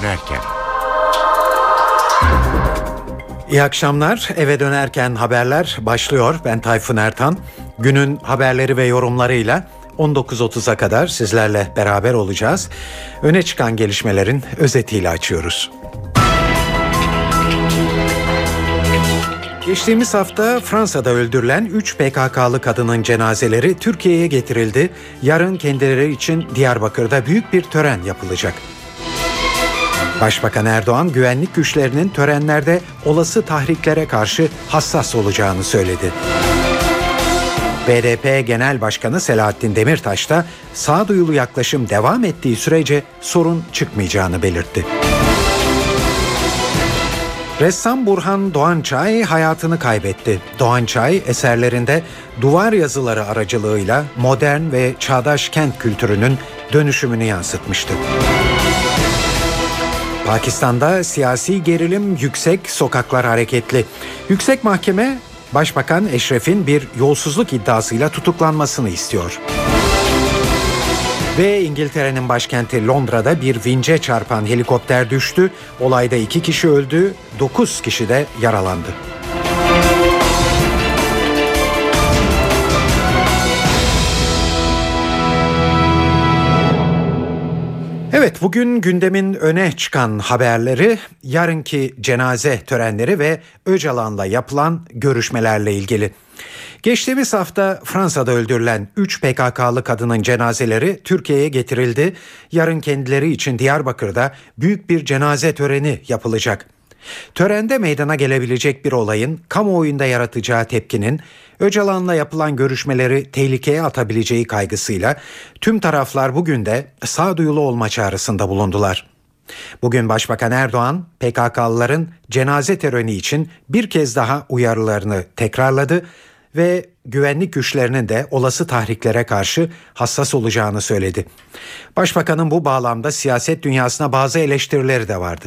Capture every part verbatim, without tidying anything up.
dönerken. İyi akşamlar. Eve dönerken haberler başlıyor. Ben Tayfun Ertan. Günün haberleri ve yorumlarıyla on dokuz otuza kadar sizlerle beraber olacağız. Öne çıkan gelişmelerin özetiyle açıyoruz. Geçtiğimiz hafta Fransa'da öldürülen üç P K K'lı kadının cenazeleri Türkiye'ye getirildi. Yarın kendileri için Diyarbakır'da büyük bir tören yapılacak. Başbakan Erdoğan, güvenlik güçlerinin törenlerde olası tahriklere karşı hassas olacağını söyledi. B D P Genel Başkanı Selahattin Demirtaş da sağduyulu yaklaşım devam ettiği sürece sorun çıkmayacağını belirtti. Ressam Burhan Doğançay hayatını kaybetti. Doğançay eserlerinde duvar yazıları aracılığıyla modern ve çağdaş kent kültürünün dönüşümünü yansıtmıştı. Pakistan'da siyasi gerilim yüksek, sokaklar hareketli. Yüksek Mahkeme, Başbakan Eşref'in bir yolsuzluk iddiasıyla tutuklanmasını istiyor. Ve İngiltere'nin başkenti Londra'da bir vinçe çarpan helikopter düştü. Olayda iki kişi öldü, dokuz kişi de yaralandı. Evet, bugün gündemin öne çıkan haberleri, yarınki cenaze törenleri ve Öcalan'la yapılan görüşmelerle ilgili. Geçtiğimiz hafta Fransa'da öldürülen üç P K K'lı kadının cenazeleri Türkiye'ye getirildi. Yarın kendileri için Diyarbakır'da büyük bir cenaze töreni yapılacak. Törende meydana gelebilecek bir olayın kamuoyunda yaratacağı tepkinin Öcalan'la yapılan görüşmeleri tehlikeye atabileceği kaygısıyla tüm taraflar bugün de sağduyulu olma çağrısında bulundular. Bugün Başbakan Erdoğan, P K K'lıların cenaze töreni için bir kez daha uyarılarını tekrarladı ve güvenlik güçlerinin de olası tahriklere karşı hassas olacağını söyledi. Başbakanın bu bağlamda siyaset dünyasına bazı eleştirileri de vardı.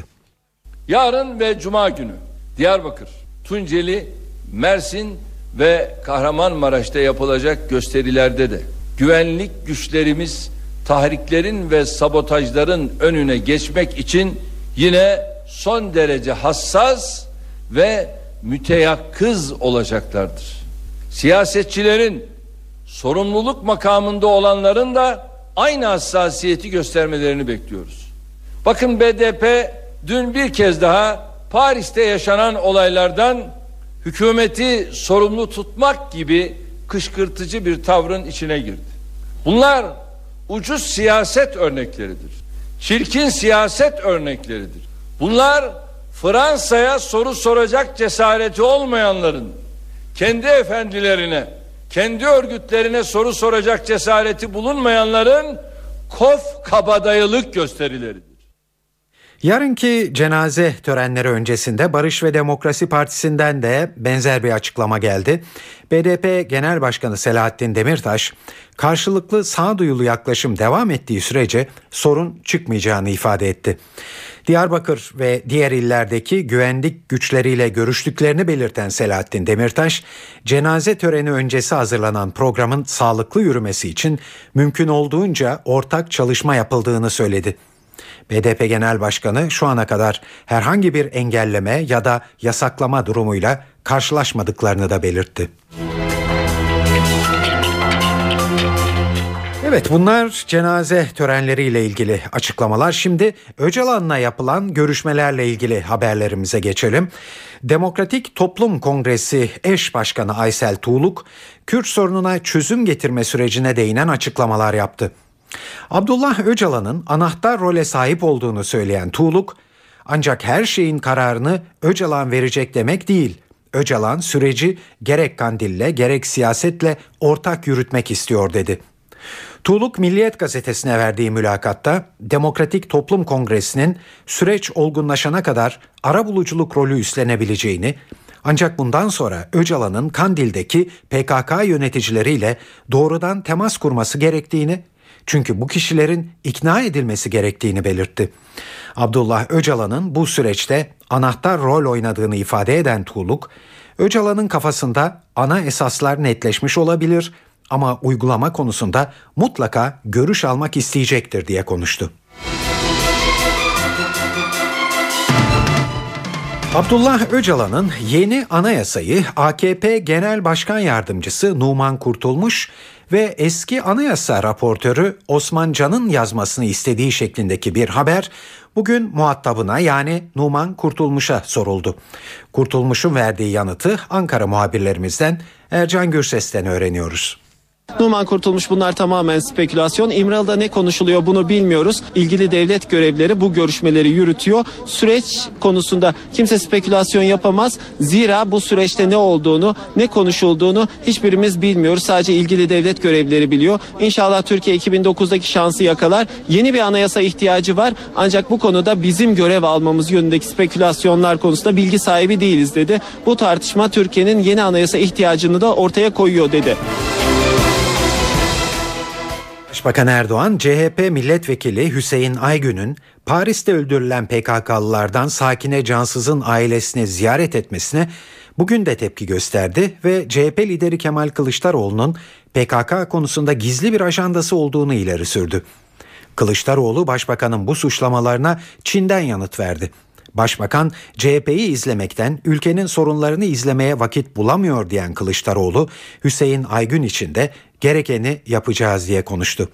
Yarın ve Cuma günü Diyarbakır, Tunceli, Mersin ve Kahramanmaraş'ta yapılacak gösterilerde de güvenlik güçlerimiz tahriklerin ve sabotajların önüne geçmek için yine son derece hassas ve müteyakkız olacaklardır. Siyasetçilerin, sorumluluk makamında olanların da aynı hassasiyeti göstermelerini bekliyoruz. Bakın, B D P dün bir kez daha Paris'te yaşanan olaylardan hükümeti sorumlu tutmak gibi kışkırtıcı bir tavrın içine girdi. Bunlar ucuz siyaset örnekleridir. Çirkin siyaset örnekleridir. Bunlar Fransa'ya soru soracak cesareti olmayanların kendi efendilerine, kendi örgütlerine soru soracak cesareti bulunmayanların kof kabadayılık gösterileridir. Yarınki cenaze törenleri öncesinde Barış ve Demokrasi Partisi'nden de benzer bir açıklama geldi. B D P Genel Başkanı Selahattin Demirtaş, karşılıklı sağduyulu yaklaşım devam ettiği sürece sorun çıkmayacağını ifade etti. Diyarbakır ve diğer illerdeki güvenlik güçleriyle görüştüklerini belirten Selahattin Demirtaş, cenaze töreni öncesi hazırlanan programın sağlıklı yürümesi için mümkün olduğunca ortak çalışma yapıldığını söyledi. B D P Genel Başkanı şu ana kadar herhangi bir engelleme ya da yasaklama durumuyla karşılaşmadıklarını da belirtti. Evet, bunlar cenaze törenleriyle ilgili açıklamalar. Şimdi Öcalan'la yapılan görüşmelerle ilgili haberlerimize geçelim. Demokratik Toplum Kongresi eş başkanı Aysel Tuğluk, Kürt sorununa çözüm getirme sürecine değinen açıklamalar yaptı. Abdullah Öcalan'ın anahtar role sahip olduğunu söyleyen Tuğluk, ancak her şeyin kararını Öcalan verecek demek değil. Öcalan süreci gerek Kandil'le gerek siyasetle ortak yürütmek istiyor dedi. Tuğluk Milliyet Gazetesi'ne verdiği mülakatta Demokratik Toplum Kongresi'nin süreç olgunlaşana kadar arabuluculuk rolü üstlenebileceğini, ancak bundan sonra Öcalan'ın Kandil'deki P K K yöneticileriyle doğrudan temas kurması gerektiğini, çünkü bu kişilerin ikna edilmesi gerektiğini belirtti. Abdullah Öcalan'ın bu süreçte anahtar rol oynadığını ifade eden Tuğluk, Öcalan'ın kafasında ana esaslar netleşmiş olabilir ama uygulama konusunda mutlaka görüş almak isteyecektir diye konuştu. Abdullah Öcalan'ın yeni anayasayı A K P Genel Başkan Yardımcısı Numan Kurtulmuş ve eski anayasa raportörü Osman Can'ın yazmasını istediği şeklindeki bir haber bugün muhatabına yani Numan Kurtulmuş'a soruldu. Kurtulmuş'un verdiği yanıtı Ankara muhabirlerimizden Ercan Gürses'ten öğreniyoruz. Numan Kurtulmuş, bunlar tamamen spekülasyon. İmralı'da ne konuşuluyor bunu bilmiyoruz. İlgili devlet görevlileri bu görüşmeleri yürütüyor. Süreç konusunda kimse spekülasyon yapamaz. Zira bu süreçte ne olduğunu, ne konuşulduğunu hiçbirimiz bilmiyoruz. Sadece ilgili devlet görevlileri biliyor. İnşallah Türkiye iki bin dokuzdaki şansı yakalar. Yeni bir anayasa ihtiyacı var. Ancak bu konuda bizim görev almamız yönündeki spekülasyonlar konusunda bilgi sahibi değiliz dedi. Bu tartışma Türkiye'nin yeni anayasa ihtiyacını da ortaya koyuyor dedi. Başbakan Erdoğan, C H P milletvekili Hüseyin Aygün'ün Paris'te öldürülen P K K'lılardan Sakine Cansız'ın ailesini ziyaret etmesine bugün de tepki gösterdi ve C H P lideri Kemal Kılıçdaroğlu'nun P K K konusunda gizli bir ajandası olduğunu ileri sürdü. Kılıçdaroğlu, başbakanın bu suçlamalarına Çin'den yanıt verdi. Başbakan, C H P'yi izlemekten ülkenin sorunlarını izlemeye vakit bulamıyor diyen Kılıçdaroğlu, Hüseyin Aygün için de gerekeni yapacağız diye konuştu.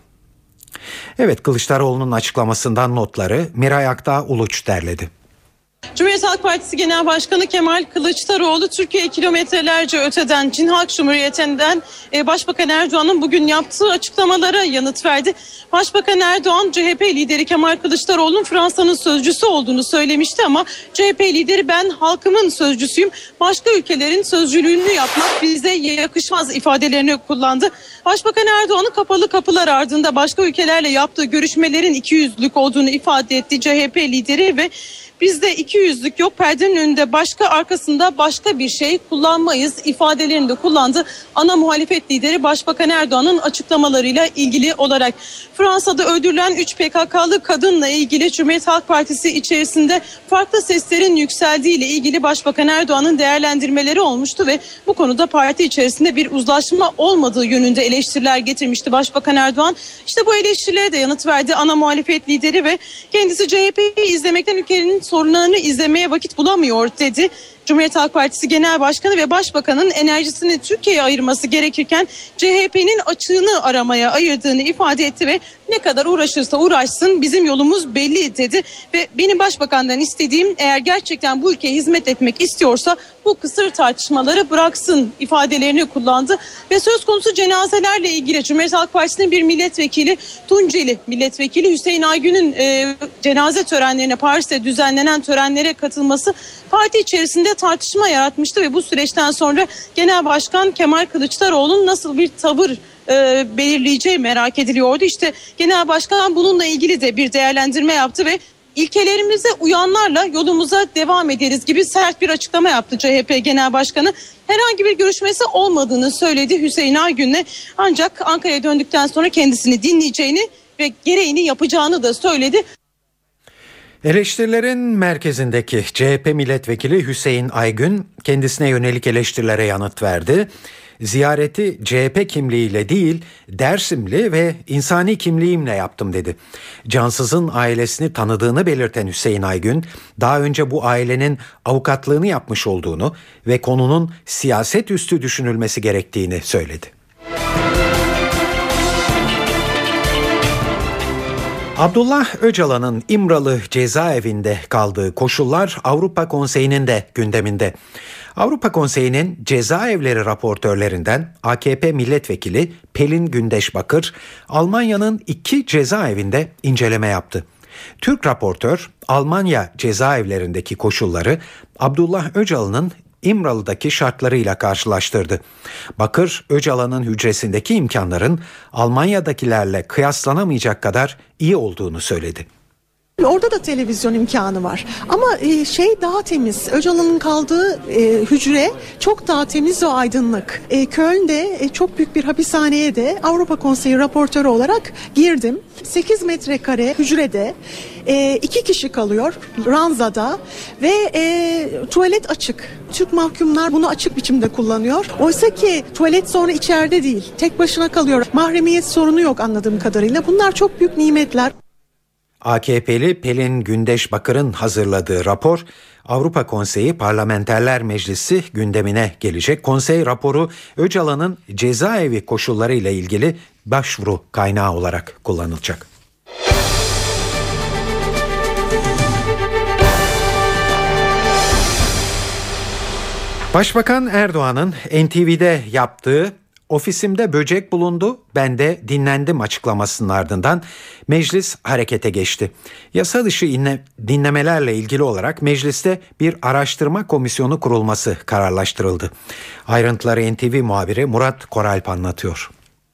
Evet, Kılıçdaroğlu'nun açıklamasından notları Miray Aktağ Uluç derledi. Cumhuriyet Halk Partisi Genel Başkanı Kemal Kılıçdaroğlu, Türkiye kilometrelerce öteden Çin Halk Cumhuriyeti'nden Başbakan Erdoğan'ın bugün yaptığı açıklamalara yanıt verdi. Başbakan Erdoğan, C H P lideri Kemal Kılıçdaroğlu'nun Fransa'nın sözcüsü olduğunu söylemişti ama C H P lideri ben halkımın sözcüsüyüm, başka ülkelerin sözcülüğünü yapmak bize yakışmaz ifadelerini kullandı. Başbakan Erdoğan'ın kapalı kapılar ardında başka ülkelerle yaptığı görüşmelerin ikiyüzlülük olduğunu ifade etti C H P lideri ve bizde ikiyüzlülük yok, perdenin önünde başka, arkasında başka bir şey kullanmayız ifadelerini de kullandı. Ana muhalefet lideri Başbakan Erdoğan'ın açıklamalarıyla ilgili olarak Fransa'da öldürülen üç P K K'lı kadınla ilgili Cumhuriyet Halk Partisi içerisinde farklı seslerin yükseldiği ile ilgili Başbakan Erdoğan'ın değerlendirmeleri olmuştu ve bu konuda parti içerisinde bir uzlaşma olmadığı yönünde eleştiriler getirmişti Başbakan Erdoğan. İşte bu eleştirilere de yanıt verdi ana muhalefet lideri ve kendisi C H P'yi izlemekten ülkenin sorunlarını izlemeye vakit bulamıyor dedi. Cumhuriyet Halk Partisi Genel Başkanı ve Başbakanın enerjisini Türkiye'ye ayırması gerekirken C H P'nin açığını aramaya ayırdığını ifade etti ve ne kadar uğraşırsa uğraşsın bizim yolumuz belli dedi. Ve benim Başbakan'dan istediğim, eğer gerçekten bu ülkeye hizmet etmek istiyorsa bu kısır tartışmaları bıraksın ifadelerini kullandı. Ve söz konusu cenazelerle ilgili Cumhuriyet Halk Partisi'nin bir milletvekili, Tunceli milletvekili Hüseyin Aygün'ün e, cenaze törenlerine, Paris'te düzenlenen törenlere katılması parti içerisinde tartışma yaratmıştı ve bu süreçten sonra Genel Başkan Kemal Kılıçdaroğlu'nun nasıl bir tavır e, belirleyeceği merak ediliyordu. İşte Genel Başkan bununla ilgili de bir değerlendirme yaptı ve ilkelerimize uyanlarla yolumuza devam ederiz gibi sert bir açıklama yaptı C H P Genel Başkanı. Herhangi bir görüşmesi olmadığını söyledi Hüseyin Aygün'le, ancak Ankara'ya döndükten sonra kendisini dinleyeceğini ve gereğini yapacağını da söyledi. Eleştirilerin merkezindeki C H P milletvekili Hüseyin Aygün kendisine yönelik eleştirilere yanıt verdi. Ziyareti C H P kimliğiyle değil, Dersimli ve insani kimliğimle yaptım dedi. Cansız'ın ailesini tanıdığını belirten Hüseyin Aygün, daha önce bu ailenin avukatlığını yapmış olduğunu ve konunun siyaset üstü düşünülmesi gerektiğini söyledi. Abdullah Öcalan'ın İmralı cezaevinde kaldığı koşullar Avrupa Konseyi'nin de gündeminde. Avrupa Konseyi'nin cezaevleri raportörlerinden A K P milletvekili Pelin Gündeş Bakır, Almanya'nın iki cezaevinde inceleme yaptı. Türk raportör, Almanya cezaevlerindeki koşulları Abdullah Öcalan'ın İmralı'daki şartlarıyla karşılaştırdı. Bakır, Öcalan'ın hücresindeki imkanların Almanya'dakilerle kıyaslanamayacak kadar iyi olduğunu söyledi. Orada da televizyon imkanı var ama şey daha temiz. Öcalan'ın kaldığı hücre çok daha temiz ve aydınlık. Köln'de çok büyük bir hapishaneye de Avrupa Konseyi raportörü olarak girdim. sekiz metrekare hücrede iki kişi kalıyor ranzada ve tuvalet açık. Türk mahkumlar bunu açık biçimde kullanıyor. Oysa ki tuvalet sonra içeride değil, tek başına kalıyor. Mahremiyet sorunu yok anladığım kadarıyla. Bunlar çok büyük nimetler. A K P'li Pelin Gündeş Bakır'ın hazırladığı rapor Avrupa Konseyi Parlamenterler Meclisi gündemine gelecek. Konsey raporu Öcalan'ın cezaevi koşulları ile ilgili başvuru kaynağı olarak kullanılacak. Başbakan Erdoğan'ın N T V'de yaptığı "Ofisimde böcek bulundu, ben de dinlendim" açıklamasının ardından meclis harekete geçti. Yasa dışı inle, dinlemelerle ilgili olarak mecliste bir araştırma komisyonu kurulması kararlaştırıldı. Ayrıntıları N T V muhabiri Murat Koralp anlatıyor.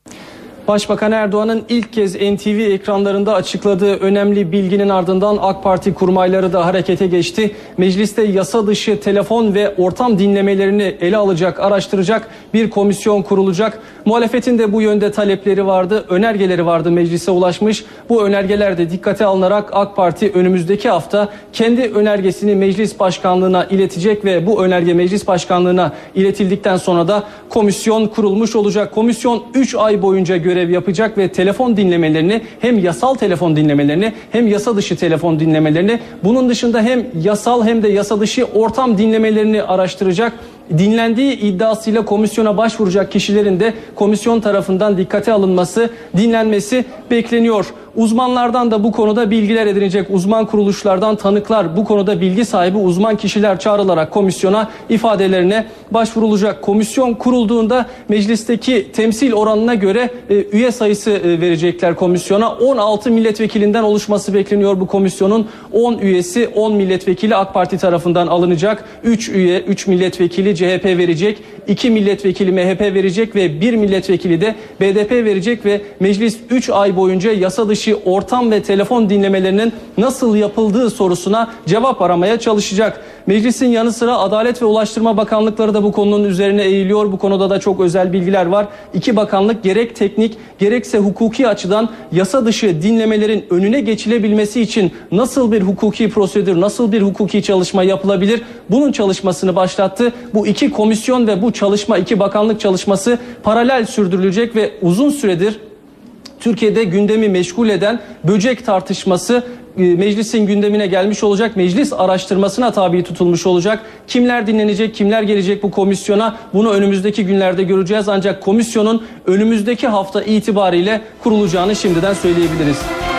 Başbakan Erdoğan'ın ilk kez N T V ekranlarında açıkladığı önemli bilginin ardından AK Parti kurmayları da harekete geçti. Mecliste yasa dışı telefon ve ortam dinlemelerini ele alacak, araştıracak bir komisyon kurulacak. Muhalefetin de bu yönde talepleri vardı, önergeleri vardı, meclise ulaşmış. Bu önergeler de dikkate alınarak AK Parti önümüzdeki hafta kendi önergesini meclis başkanlığına iletecek ve bu önerge meclis başkanlığına iletildikten sonra da komisyon kurulmuş olacak. Komisyon üç ay boyunca görev görev yapacak ve telefon dinlemelerini, hem yasal telefon dinlemelerini hem yasa dışı telefon dinlemelerini, bunun dışında hem yasal hem de yasa dışı ortam dinlemelerini araştıracak. Dinlendiği iddiasıyla komisyona başvuracak kişilerin de komisyon tarafından dikkate alınması, dinlenmesi bekleniyor. Uzmanlardan da bu konuda bilgiler edinecek. Uzman kuruluşlardan tanıklar, bu konuda bilgi sahibi uzman kişiler çağrılarak komisyona ifadelerine başvurulacak. Komisyon kurulduğunda meclisteki temsil oranına göre e, üye sayısı e, verecekler komisyona. on altı milletvekilinden oluşması bekleniyor bu komisyonun. on üyesi, on milletvekili AK Parti tarafından alınacak. üç üye, üç milletvekili C H P verecek, iki milletvekili M H P verecek ve bir milletvekili de B D P verecek ve meclis üç ay boyunca yasa dışı ortam ve telefon dinlemelerinin nasıl yapıldığı sorusuna cevap aramaya çalışacak. Meclisin yanı sıra Adalet ve Ulaştırma Bakanlıkları da bu konunun üzerine eğiliyor. Bu konuda da çok özel bilgiler var. İki bakanlık gerek teknik gerekse hukuki açıdan yasa dışı dinlemelerin önüne geçilebilmesi için nasıl bir hukuki prosedür, nasıl bir hukuki çalışma yapılabilir? Bunun çalışmasını başlattı. Bu iki komisyon ve bu çalışma, iki bakanlık çalışması paralel sürdürülecek ve uzun süredir Türkiye'de gündemi meşgul eden böcek tartışması meclisin gündemine gelmiş olacak. Meclis araştırmasına tabi tutulmuş olacak. Kimler dinlenecek, kimler gelecek bu komisyona? Bunu önümüzdeki günlerde göreceğiz. Ancak komisyonun önümüzdeki hafta itibariyle kurulacağını şimdiden söyleyebiliriz.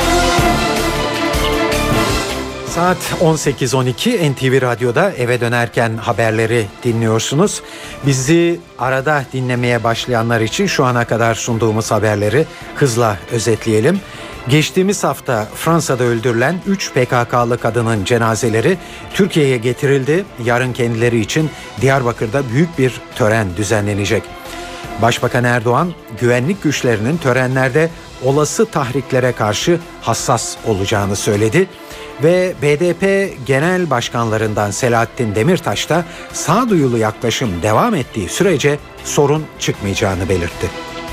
Saat on sekiz on iki N T V Radyo'da eve dönerken haberleri dinliyorsunuz. Bizi arada dinlemeye başlayanlar için şu ana kadar sunduğumuz haberleri hızla özetleyelim. Geçtiğimiz hafta Fransa'da öldürülen üç P K K'lı kadının cenazeleri Türkiye'ye getirildi. Yarın kendileri için Diyarbakır'da büyük bir tören düzenlenecek. Başbakan Erdoğan, güvenlik güçlerinin törenlerde olası tahriklere karşı hassas olacağını söyledi ve B D P Genel Başkanlarından Selahattin Demirtaş da sağduyulu yaklaşım devam ettiği sürece sorun çıkmayacağını belirtti.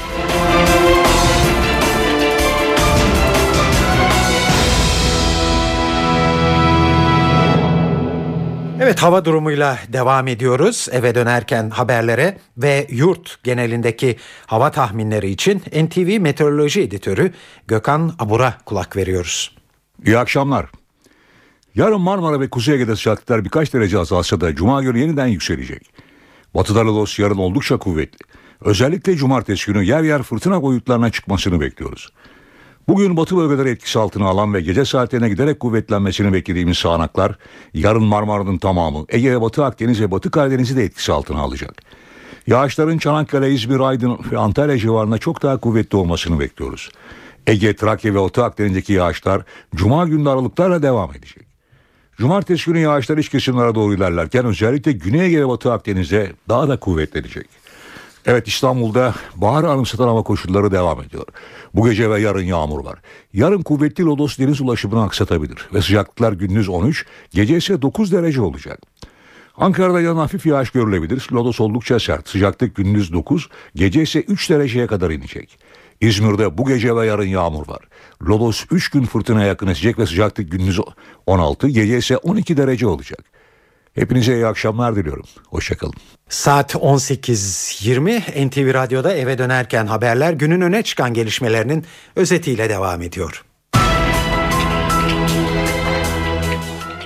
Evet, hava durumuyla devam ediyoruz. Eve dönerken haberlere ve yurt genelindeki hava tahminleri için N T V Meteoroloji Editörü Gökhan Abur'a kulak veriyoruz. İyi akşamlar. Yarın Marmara ve Kuzey Ege'de sıcaklıklar birkaç derece azalsa da Cuma günü yeniden yükselecek. Batıda lodos yarın oldukça kuvvetli. Özellikle cumartesi günü yer yer fırtına boyutlarına çıkmasını bekliyoruz. Bugün batı bölgeleri etkisi altına alan ve gece saatlerine giderek kuvvetlenmesini beklediğimiz sağanaklar yarın Marmara'nın tamamı, Ege, Batı Akdeniz ve Batı Karadeniz'i de etkisi altına alacak. Yağışların Çanakkale, İzmir, Aydın ve Antalya civarında çok daha kuvvetli olmasını bekliyoruz. Ege, Trakya ve Batı Akdeniz'deki yağışlar Cuma günü aralıklarla devam edecek. Cumartesi günü yağışlar iç kesimlere doğru ilerlerken özellikle Güney Ege ve Batı Akdeniz'de daha da kuvvetlenecek. Evet, İstanbul'da bahar anımsatan hava koşulları devam ediyor. Bu gece ve yarın yağmur var. Yarın kuvvetli lodos deniz ulaşımını aksatabilir ve sıcaklıklar gündüz on üç, gece ise dokuz derece olacak. Ankara'da yarın hafif yağış görülebilir. Lodos oldukça sert. Sıcaklık gündüz dokuz, gece ise üç dereceye kadar inecek. İzmir'de bu gece ve yarın yağmur var. Lodos üç gün fırtınaya yakın esecek ve sıcaklık gündüz on altı, gece ise on iki derece olacak. Hepinize iyi akşamlar diliyorum. Hoşçakalın. Saat on sekiz yirmi N T V Radyo'da eve dönerken haberler günün öne çıkan gelişmelerinin özetiyle devam ediyor.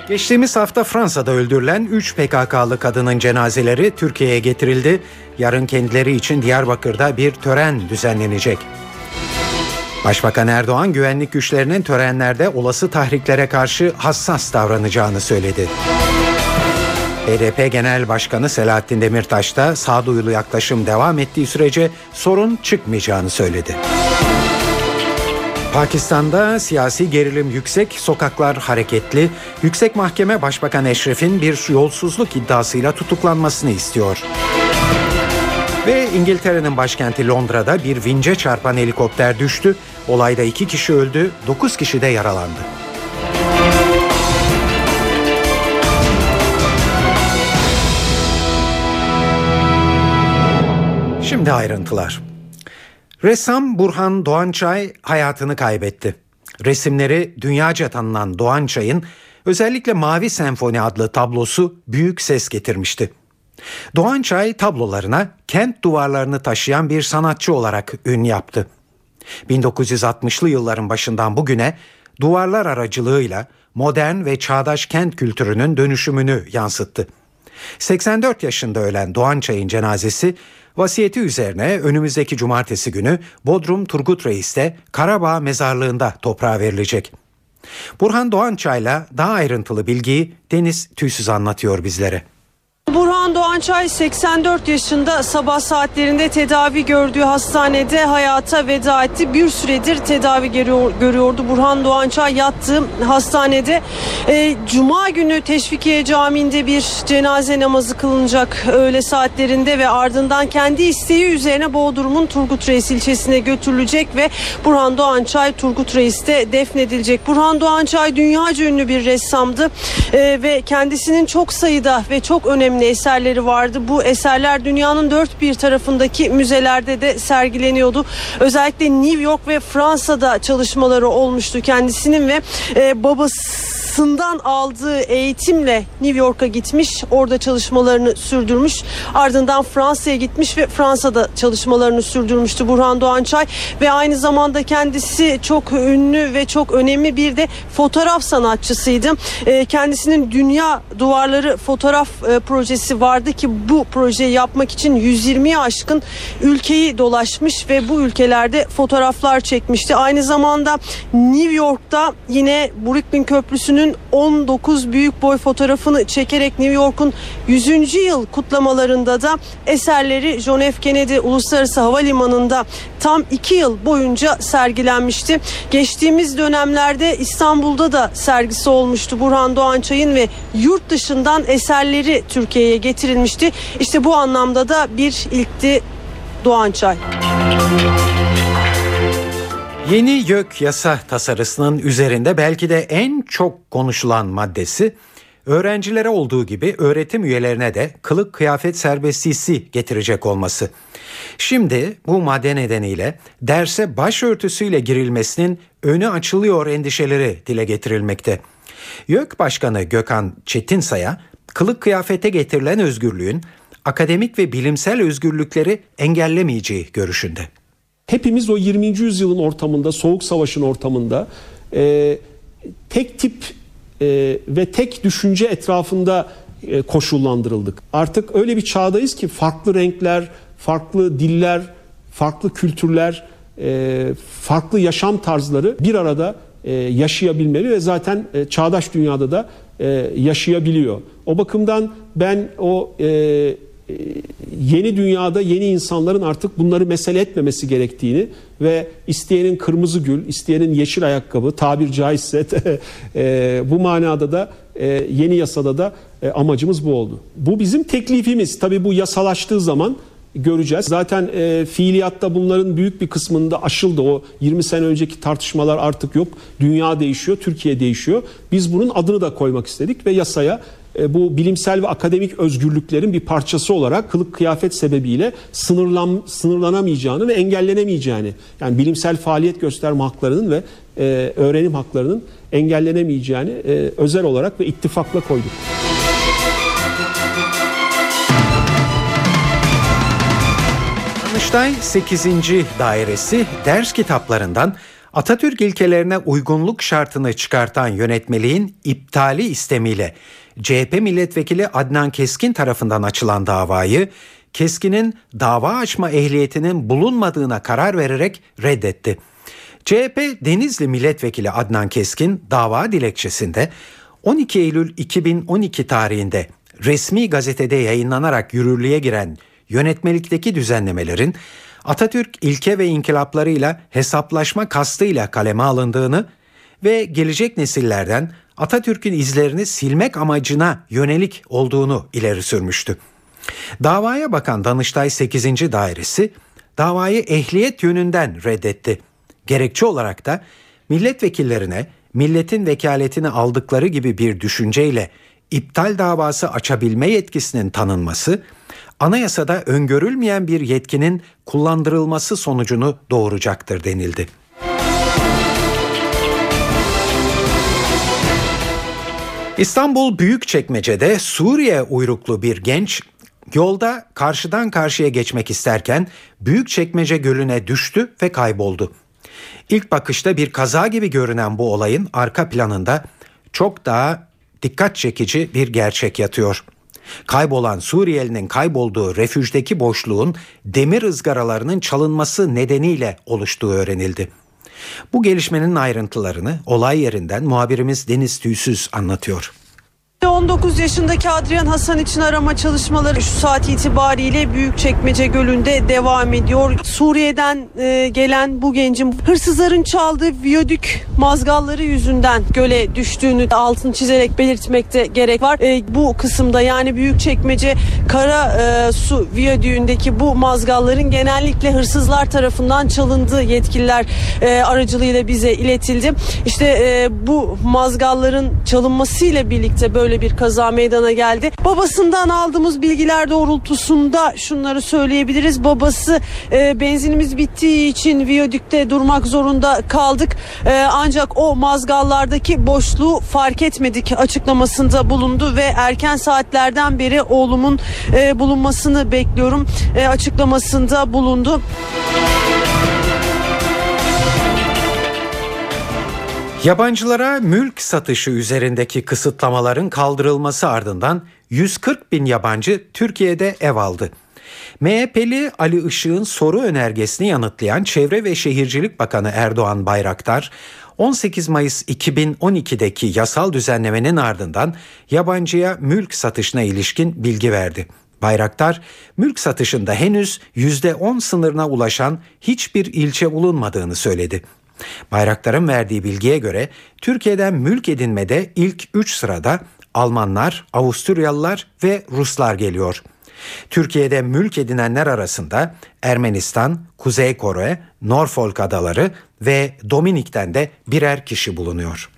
Geçtiğimiz hafta Fransa'da öldürülen üç P K K'lı kadının cenazeleri Türkiye'ye getirildi. Yarın kendileri için Diyarbakır'da bir tören düzenlenecek. Başbakan Erdoğan güvenlik güçlerinin törenlerde olası tahriklere karşı hassas davranacağını söyledi. H D P Genel Başkanı Selahattin Demirtaş da sağduyulu yaklaşım devam ettiği sürece sorun çıkmayacağını söyledi. Pakistan'da siyasi gerilim yüksek, sokaklar hareketli. Yüksek Mahkeme Başbakan Eşref'in bir yolsuzluk iddiasıyla tutuklanmasını istiyor. Ve İngiltere'nin başkenti Londra'da bir vinçe çarpan helikopter düştü. Olayda iki kişi öldü, dokuz kişi de yaralandı. Şimdi ayrıntılar. Ressam Burhan Doğançay hayatını kaybetti. Resimleri dünyaca tanınan Doğançay'ın özellikle Mavi Senfoni adlı tablosu büyük ses getirmişti. Doğançay tablolarına kent duvarlarını taşıyan bir sanatçı olarak ün yaptı. bin dokuz yüz altmışlı yılların başından bugüne duvarlar aracılığıyla modern ve çağdaş kent kültürünün dönüşümünü yansıttı. seksen dört yaşında ölen Doğançay'ın cenazesi vasiyeti üzerine önümüzdeki cumartesi günü Bodrum Turgut Reis'te Karabağ Mezarlığı'nda toprağa verilecek. Burhan Doğançay'la daha ayrıntılı bilgiyi Deniz Tüysüz anlatıyor bizlere. Burhan Doğançay seksen dört yaşında, sabah saatlerinde tedavi gördüğü hastanede hayata veda etti. Bir süredir tedavi görüyor, görüyordu Burhan Doğançay yattığı hastanede. E, Cuma günü Teşvikiye Camii'nde bir cenaze namazı kılınacak öğle saatlerinde ve ardından kendi isteği üzerine Bodrum'un Turgut Reis ilçesine götürülecek ve Burhan Doğançay Turgut Reis'te defnedilecek. Burhan Doğançay dünyaca ünlü bir ressamdı e, ve kendisinin çok sayıda ve çok önemli eserleri vardı. Bu eserler dünyanın dört bir tarafındaki müzelerde de sergileniyordu. Özellikle New York ve Fransa'da çalışmaları olmuştu kendisinin ve e, babasından aldığı eğitimle New York'a gitmiş. Orada çalışmalarını sürdürmüş. Ardından Fransa'ya gitmiş ve Fransa'da çalışmalarını sürdürmüştü Burhan Doğançay ve aynı zamanda kendisi çok ünlü ve çok önemli bir de fotoğraf sanatçısıydı. E, kendisinin Dünya Duvarları fotoğraf e, projesi vardı ki bu projeyi yapmak için yüz yirmiye aşkın ülkeyi dolaşmış ve bu ülkelerde fotoğraflar çekmişti. Aynı zamanda New York'ta yine Brooklyn Köprüsü'nün on dokuz büyük boy fotoğrafını çekerek New York'un yüzüncü yıl kutlamalarında da eserleri John F. Kennedy Uluslararası Havalimanı'nda tam iki yıl boyunca sergilenmişti. Geçtiğimiz dönemlerde İstanbul'da da sergisi olmuştu Burhan Doğançay'ın ve yurt dışından eserleri Türkiye'ye getirilmişti. İşte bu anlamda da bir ilkti Doğançay. Yeni YÖK yasa tasarısının üzerinde belki de en çok konuşulan maddesi, öğrencilere olduğu gibi öğretim üyelerine de kılık kıyafet serbestisi getirecek olması. Şimdi bu madde nedeniyle derse başörtüsüyle girilmesinin önü açılıyor endişeleri dile getirilmekte. YÖK Başkanı Gökhan Çetinsay'a kılık kıyafete getirilen özgürlüğün akademik ve bilimsel özgürlükleri engellemeyeceği görüşünde. Hepimiz o yirminci yüzyılın ortamında, Soğuk Savaş'ın ortamında e, tek tip e, ve tek düşünce etrafında e, koşullandırıldık. Artık öyle bir çağdayız ki farklı renkler, farklı diller, farklı kültürler, e, farklı yaşam tarzları bir arada e, yaşayabilmeli ve zaten e, çağdaş dünyada da e, yaşayabiliyor. O bakımdan ben o e, yeni dünyada yeni insanların artık bunları mesele etmemesi gerektiğini ve isteyenin kırmızı gül, isteyenin yeşil ayakkabı, tabir caizse e, bu manada da e, yeni yasada da e, amacımız bu oldu. Bu bizim teklifimiz. Tabii bu yasalaştığı zaman göreceğiz. Zaten e, fiiliyatta bunların büyük bir kısmında aşıldı. O yirmi sene önceki tartışmalar artık yok. Dünya değişiyor, Türkiye değişiyor. Biz bunun adını da koymak istedik ve yasaya bu bilimsel ve akademik özgürlüklerin bir parçası olarak kılık kıyafet sebebiyle sınırlan, sınırlanamayacağını ve engellenemeyeceğini, yani bilimsel faaliyet gösterme haklarının ve e, öğrenim haklarının engellenemeyeceğini e, özel olarak ve ittifakla koyduk. Danıştay sekizinci dairesi ders kitaplarından Atatürk ilkelerine uygunluk şartını çıkartan yönetmeliğin iptali istemiyle C H P milletvekili Adnan Keskin tarafından açılan davayı Keskin'in dava açma ehliyetinin bulunmadığına karar vererek reddetti. C H P Denizli milletvekili Adnan Keskin dava dilekçesinde on iki Eylül iki bin on iki tarihinde resmi gazetede yayınlanarak yürürlüğe giren yönetmelikteki düzenlemelerin Atatürk ilke ve inkılaplarıyla hesaplaşma kastıyla kaleme alındığını ve gelecek nesillerden Atatürk'ün izlerini silmek amacına yönelik olduğunu ileri sürmüştü. Davaya bakan Danıştay sekizinci Dairesi davayı ehliyet yönünden reddetti. Gerekçe olarak da milletvekillerine milletin vekaletini aldıkları gibi bir düşünceyle iptal davası açabilme yetkisinin tanınması, anayasada öngörülmeyen bir yetkinin kullandırılması sonucunu doğuracaktır denildi. İstanbul Büyükçekmece'de Suriye uyruklu bir genç yolda karşıdan karşıya geçmek isterken Büyükçekmece Gölü'ne düştü ve kayboldu. İlk bakışta bir kaza gibi görünen bu olayın arka planında çok daha dikkat çekici bir gerçek yatıyor. Kaybolan Suriyelinin kaybolduğu refüjdeki boşluğun demir ızgaralarının çalınması nedeniyle oluştuğu öğrenildi. Bu gelişmenin ayrıntılarını olay yerinden muhabirimiz Deniz Tüysüz anlatıyor. on dokuz yaşındaki Adrian Hasan için arama çalışmaları şu saat itibariyle Büyükçekmece Gölü'nde devam ediyor. Suriye'den e, gelen bu gencin hırsızların çaldığı viyadük mazgalları yüzünden göle düştüğünü altını çizerek belirtmekte gerek var. E, bu kısımda yani Büyükçekmece Kara e, Su Viyadüğü'ndeki bu mazgalların genellikle hırsızlar tarafından çalındığı yetkililer e, aracılığıyla bize iletildi. İşte e, bu mazgalların çalınmasıyla birlikte böyle Böyle bir kaza meydana geldi. Babasından aldığımız bilgiler doğrultusunda şunları söyleyebiliriz. Babası e, benzinimiz bittiği için viyadükte durmak zorunda kaldık. E, ancak o mazgallardaki boşluğu fark etmedik açıklamasında bulundu ve erken saatlerden beri oğlumun e, bulunmasını bekliyorum e, açıklamasında bulundu. Yabancılara mülk satışı üzerindeki kısıtlamaların kaldırılması ardından yüz kırk bin yabancı Türkiye'de ev aldı. M H P'li Ali Işık'ın soru önergesini yanıtlayan Çevre ve Şehircilik Bakanı Erdoğan Bayraktar, on sekiz Mayıs iki bin on ikideki yasal düzenlemenin ardından yabancıya mülk satışına ilişkin bilgi verdi. Bayraktar, mülk satışında henüz yüzde on sınırına ulaşan hiçbir ilçe bulunmadığını söyledi. Bayraktar'ın verdiği bilgiye göre Türkiye'den mülk edinmede ilk üç sırada Almanlar, Avusturyalılar ve Ruslar geliyor. Türkiye'de mülk edinenler arasında Ermenistan, Kuzey Kore, Norfolk Adaları ve Dominik'ten de birer kişi bulunuyor.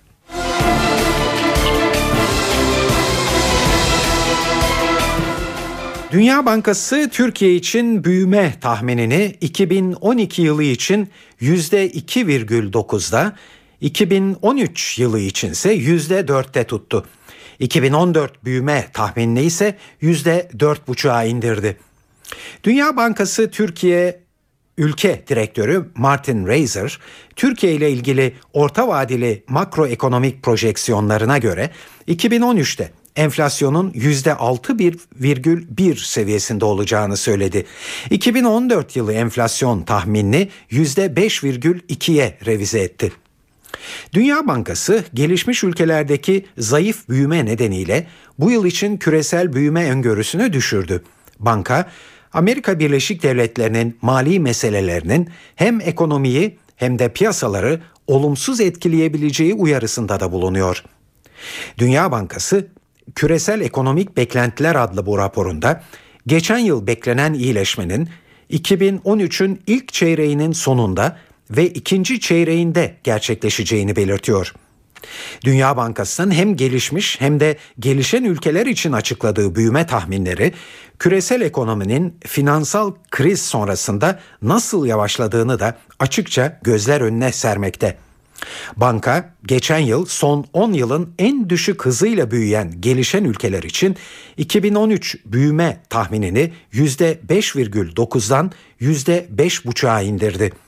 Dünya Bankası Türkiye için büyüme tahminini iki bin on iki yılı için yüzde iki virgül dokuzda, iki bin on üç yılı içinse yüzde dörtte tuttu. iki bin on dört büyüme tahminini ise yüzde dört buçuğa indirdi. Dünya Bankası Türkiye Ülke Direktörü Martin Reiser, Türkiye ile ilgili orta vadeli makroekonomik projeksiyonlarına göre iki bin on üçte enflasyonun yüzde altı virgül bir seviyesinde olacağını söyledi. iki bin on dört yılı enflasyon tahminini yüzde beş virgül ikiye revize etti. Dünya Bankası gelişmiş ülkelerdeki zayıf büyüme nedeniyle bu yıl için küresel büyüme öngörüsünü düşürdü. Banka, Amerika Birleşik Devletleri'nin mali meselelerinin hem ekonomiyi hem de piyasaları olumsuz etkileyebileceği uyarısında da bulunuyor. Dünya Bankası, Küresel Ekonomik Beklentiler adlı bu raporunda geçen yıl beklenen iyileşmenin iki bin on üçün ilk çeyreğinin sonunda ve ikinci çeyreğinde gerçekleşeceğini belirtiyor. Dünya Bankası'nın hem gelişmiş hem de gelişen ülkeler için açıkladığı büyüme tahminleri küresel ekonominin finansal kriz sonrasında nasıl yavaşladığını da açıkça gözler önüne sermekte. Banka, geçen yıl son on yılın en düşük hızıyla büyüyen gelişen ülkeler için iki bin on üç büyüme tahminini yüzde beş virgül dokuzdan yüzde beş buçuğa indirdi.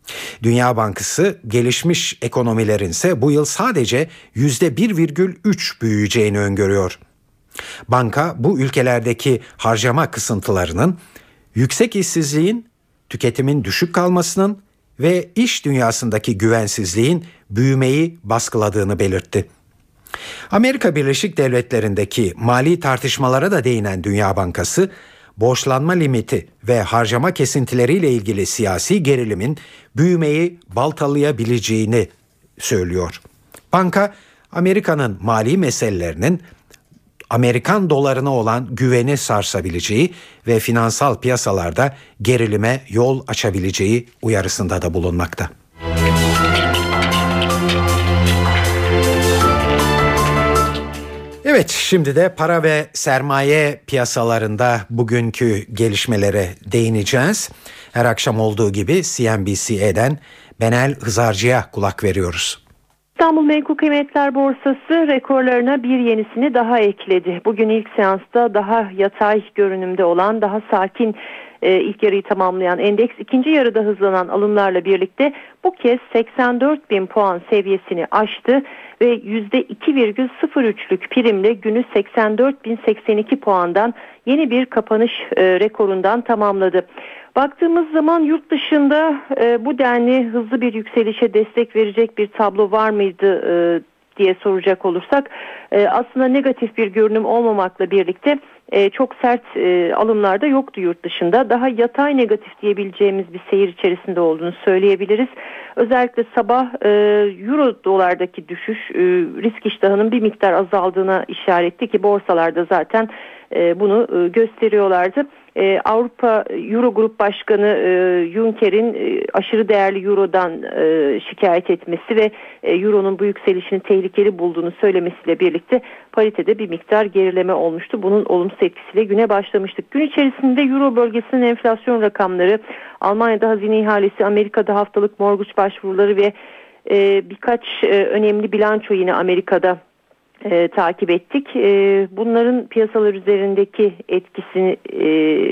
Dünya Bankası gelişmiş ekonomilerin ise bu yıl sadece yüzde bir virgül üç büyüyeceğini öngörüyor. Banka bu ülkelerdeki harcama kısıntılarının, yüksek işsizliğin, tüketimin düşük kalmasının ve iş dünyasındaki güvensizliğin büyümeyi baskıladığını belirtti. Amerika Birleşik Devletleri'ndeki mali tartışmalara da değinen Dünya Bankası, borçlanma limiti ve harcama kesintileriyle ilgili siyasi gerilimin büyümeyi baltalayabileceğini söylüyor. Banka, Amerika'nın mali meselelerinin Amerikan dolarına olan güveni sarsabileceği ve finansal piyasalarda gerilime yol açabileceği uyarısında da bulunmakta. Evet, şimdi de para ve sermaye piyasalarında bugünkü gelişmelere değineceğiz. Her akşam olduğu gibi C N B C'den Benel Hızarcı'ya kulak veriyoruz. İstanbul Menkul Kıymetler Borsası rekorlarına bir yenisini daha ekledi. Bugün ilk seansta daha yatay görünümde olan, daha sakin e, ilk yarıyı tamamlayan endeks ikinci yarıda hızlanan alımlarla birlikte bu kez seksen dört bin puan seviyesini aştı ve yüzde iki virgül sıfır üçlük primle günü seksen dört bin seksen iki puandan yeni bir kapanış e, rekorundan tamamladı. Baktığımız zaman yurt dışında e, bu denli hızlı bir yükselişe destek verecek bir tablo var mıydı e, diye soracak olursak e, aslında negatif bir görünüm olmamakla birlikte e, çok sert e, alımlar da yoktu yurt dışında. Daha yatay negatif diyebileceğimiz bir seyir içerisinde olduğunu söyleyebiliriz. Özellikle sabah e, euro dolardaki düşüş e, risk iştahının bir miktar azaldığına işaretti ki borsalarda zaten e, bunu e, gösteriyorlardı. Ee, Avrupa Eurogrup Başkanı e, Juncker'in e, aşırı değerli Euro'dan e, şikayet etmesi ve e, Euro'nun bu yükselişini tehlikeli bulduğunu söylemesiyle birlikte paritede bir miktar gerileme olmuştu. Bunun olumsuz etkisiyle güne başlamıştık. Gün içerisinde Euro bölgesinin enflasyon rakamları, Almanya'da hazine ihalesi, Amerika'da haftalık mortgage başvuruları ve e, birkaç e, önemli bilanço yine Amerika'da E, takip ettik. E, bunların piyasalar üzerindeki etkisini e,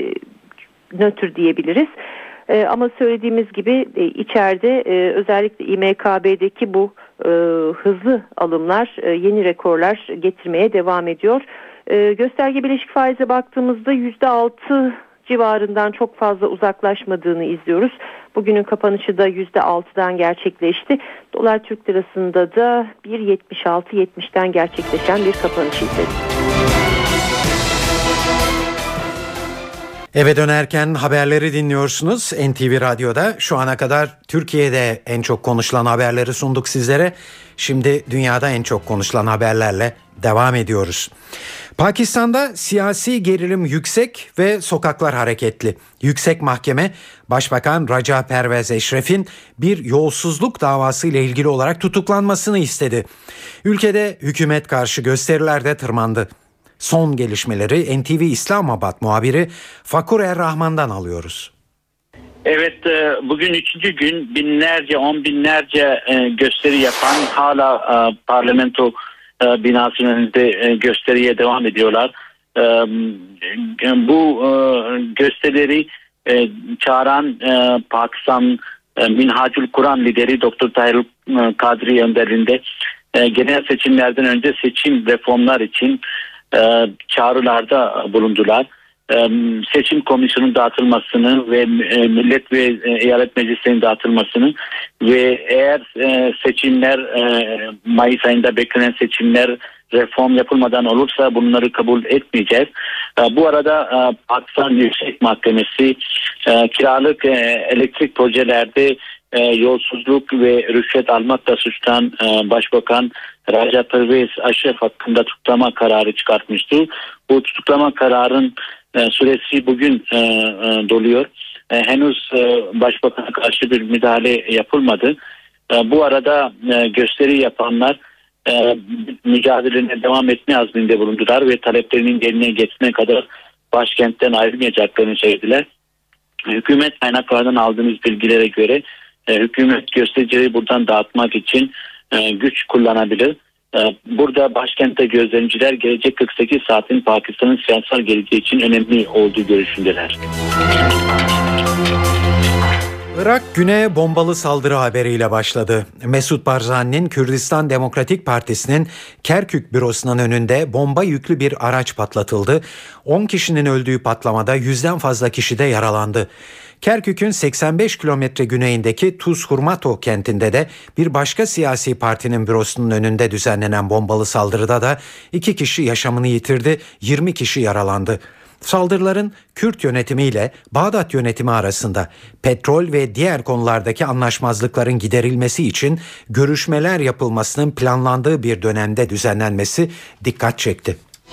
nötr diyebiliriz. E, ama söylediğimiz gibi e, içeride e, özellikle İ M K B'deki bu e, hızlı alımlar e, yeni rekorlar getirmeye devam ediyor. E, gösterge bileşik faize baktığımızda yüzde altı civarından çok fazla uzaklaşmadığını izliyoruz. Bugünün kapanışı da yüzde altıdan gerçekleşti. Dolar Türk lirasında da bir yetmiş altı yetmişten gerçekleşen bir kapanış izledik. Eve dönerken haberleri dinliyorsunuz N T V Radyo'da. Şu ana kadar Türkiye'de en çok konuşulan haberleri sunduk sizlere. Şimdi dünyada en çok konuşulan haberlerle devam ediyoruz. Pakistan'da siyasi gerilim yüksek ve sokaklar hareketli. Yüksek Mahkeme, Başbakan Raja Pervez Eşref'in bir yolsuzluk davası ile ilgili olarak tutuklanmasını istedi. Ülkede hükümet karşı gösteriler de tırmandı. Son gelişmeleri N T V İslamabad muhabiri Fakur Er-Rahman'dan alıyoruz. Evet, bugün üçüncü gün binlerce, on binlerce gösteri yapan hala parlamento binasının önünde gösteriye devam ediyorlar. Bu gösterileri çağıran Pakistan Minhacul Kur'an lideri Doktor Tahir Kadri önderliğinde genel seçimlerden önce seçim reformlar için çağrılarda bulundular. Seçim komisyonunun dağıtılmasını ve millet ve eyalet meclislerinin dağıtılmasını ve eğer seçimler Mayıs ayında beklenen seçimler reform yapılmadan olursa bunları kabul etmeyeceğiz. Bu arada Pakistan Yüksek Mahkemesi kiralık elektrik projelerde yolsuzluk ve rüşvet almakla suçlanan Başbakan Raja Pervez Eşref hakkında tutuklama kararı çıkartmıştı. Bu tutuklama kararın süresi bugün doluyor. Henüz Başbakan'a karşı bir müdahale yapılmadı. Bu arada gösteri yapanlar mücadelelerine devam etme azminde bulundular ve taleplerinin yerine getirene kadar başkentten ayrılmayacaklarını söylediler. Hükümet kaynaklarından aldığımız bilgilere göre hükümet göstericileri buradan dağıtmak için güç kullanabilir. Burada başkentte gözlemciler gelecek kırk sekiz saatin Pakistan'ın siyasal geleceği için önemli olduğu görüşündeler. Irak güne bombalı saldırı haberiyle başladı. Mesut Barzani'nin Kürdistan Demokratik Partisi'nin Kerkük bürosunun önünde bomba yüklü bir araç patlatıldı. on kişinin öldüğü patlamada yüzden fazla kişi de yaralandı. Kerkük'ün seksen beş kilometre güneyindeki Tuz-Hurmato kentinde de bir başka siyasi partinin bürosunun önünde düzenlenen bombalı saldırıda da iki kişi yaşamını yitirdi, yirmi kişi yaralandı. Saldırıların Kürt yönetimiyle Bağdat yönetimi arasında petrol ve diğer konulardaki anlaşmazlıkların giderilmesi için görüşmeler yapılmasının planlandığı bir dönemde düzenlenmesi dikkat çekti.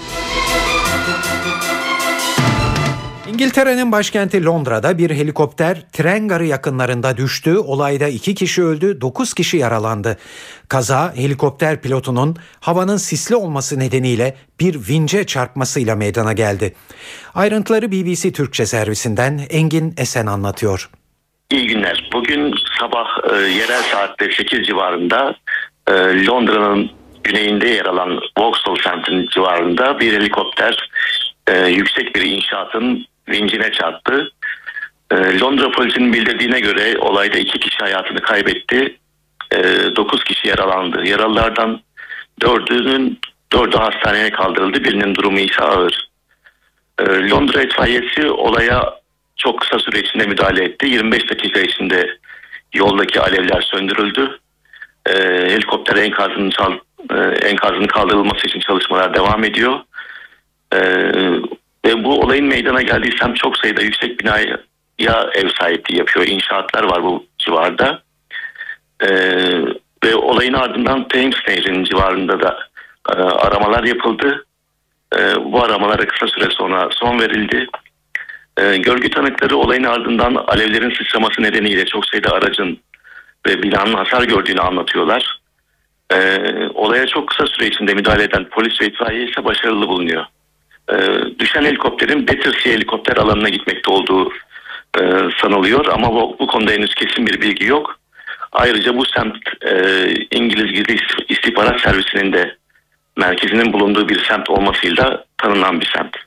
İngiltere'nin başkenti Londra'da bir helikopter tren garı yakınlarında düştü. Olayda iki kişi öldü, dokuz kişi yaralandı. Kaza helikopter pilotunun havanın sisli olması nedeniyle bir vinçe çarpmasıyla meydana geldi. Ayrıntıları B B C Türkçe servisinden Engin Esen anlatıyor. İyi günler. Bugün sabah e, yerel saatte sekiz civarında e, Londra'nın güneyinde yer alan Vauxhall semtinin civarında bir helikopter e, yüksek bir inşaatın vincine çarptı. E, Londra polisinin bildirdiğine göre olayda iki kişi hayatını kaybetti. E, dokuz kişi yaralandı. Yaralılardan dördünün dördü hastaneye kaldırıldı. Birinin durumu ise ağır. E, Londra itfaiyesi olaya çok kısa süre içinde müdahale etti. yirmi beş dakika içinde yoldaki alevler söndürüldü. E, helikopter enkazının, çal, e, enkazının kaldırılması için çalışmalar devam ediyor. E, ve bu olayın meydana geldiği semt çok sayıda yüksek binaya ev sahipliği yapıyor. İnşaatlar var bu civarda. E, ve olayın ardından Thames Nehri'nin civarında da e, aramalar yapıldı. E, bu aramalara kısa süre sonra son verildi. E, görgü tanıkları olayın ardından alevlerin sıçraması nedeniyle çok sayıda aracın ve binanın hasar gördüğünü anlatıyorlar. E, olaya çok kısa süre içinde müdahale eden polis ve itfaiye ise başarılı bulunuyor. E, düşen helikopterin Battersea helikopter alanına gitmekte olduğu e, sanılıyor ama bu, bu konuda henüz kesin bir bilgi yok. Ayrıca bu semt e, İngiliz Gizli İstihbarat Servisi'nin de merkezinin bulunduğu bir semt olmasıyla tanınan bir semt.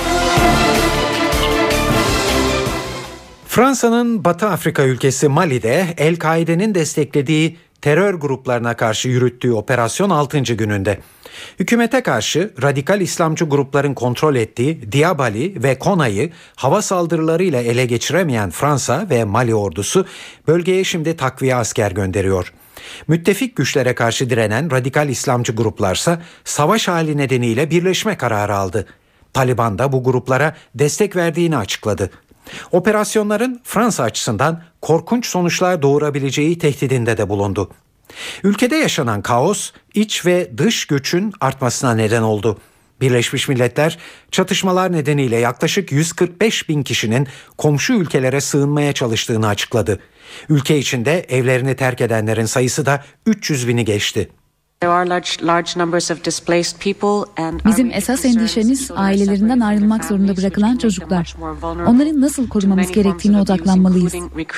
Fransa'nın Batı Afrika ülkesi Mali'de El-Kaide'nin desteklediği terör gruplarına karşı yürüttüğü operasyon altıncı gününde. Hükümete karşı radikal İslamcı grupların kontrol ettiği Diabali ve Kona'yı hava saldırılarıyla ele geçiremeyen Fransa ve Mali ordusu bölgeye şimdi takviye asker gönderiyor. Müttefik güçlere karşı direnen radikal İslamcı gruplarsa savaş hali nedeniyle birleşme kararı aldı. Taliban da bu gruplara destek verdiğini açıkladı. Operasyonların Fransa açısından korkunç sonuçlar doğurabileceği tehdidinde de bulundu. Ülkede yaşanan kaos, iç ve dış göçün artmasına neden oldu. Birleşmiş Milletler çatışmalar nedeniyle yaklaşık yüz kırk beş bin kişinin komşu ülkelere sığınmaya çalıştığını açıkladı. Ülke içinde evlerini terk edenlerin sayısı da üç yüz bini geçti. Bizim esas endişemiz ailelerinden ayrılmak zorunda bırakılan çocuklar. Onları nasıl korumamız gerektiğine odaklanmalıyız.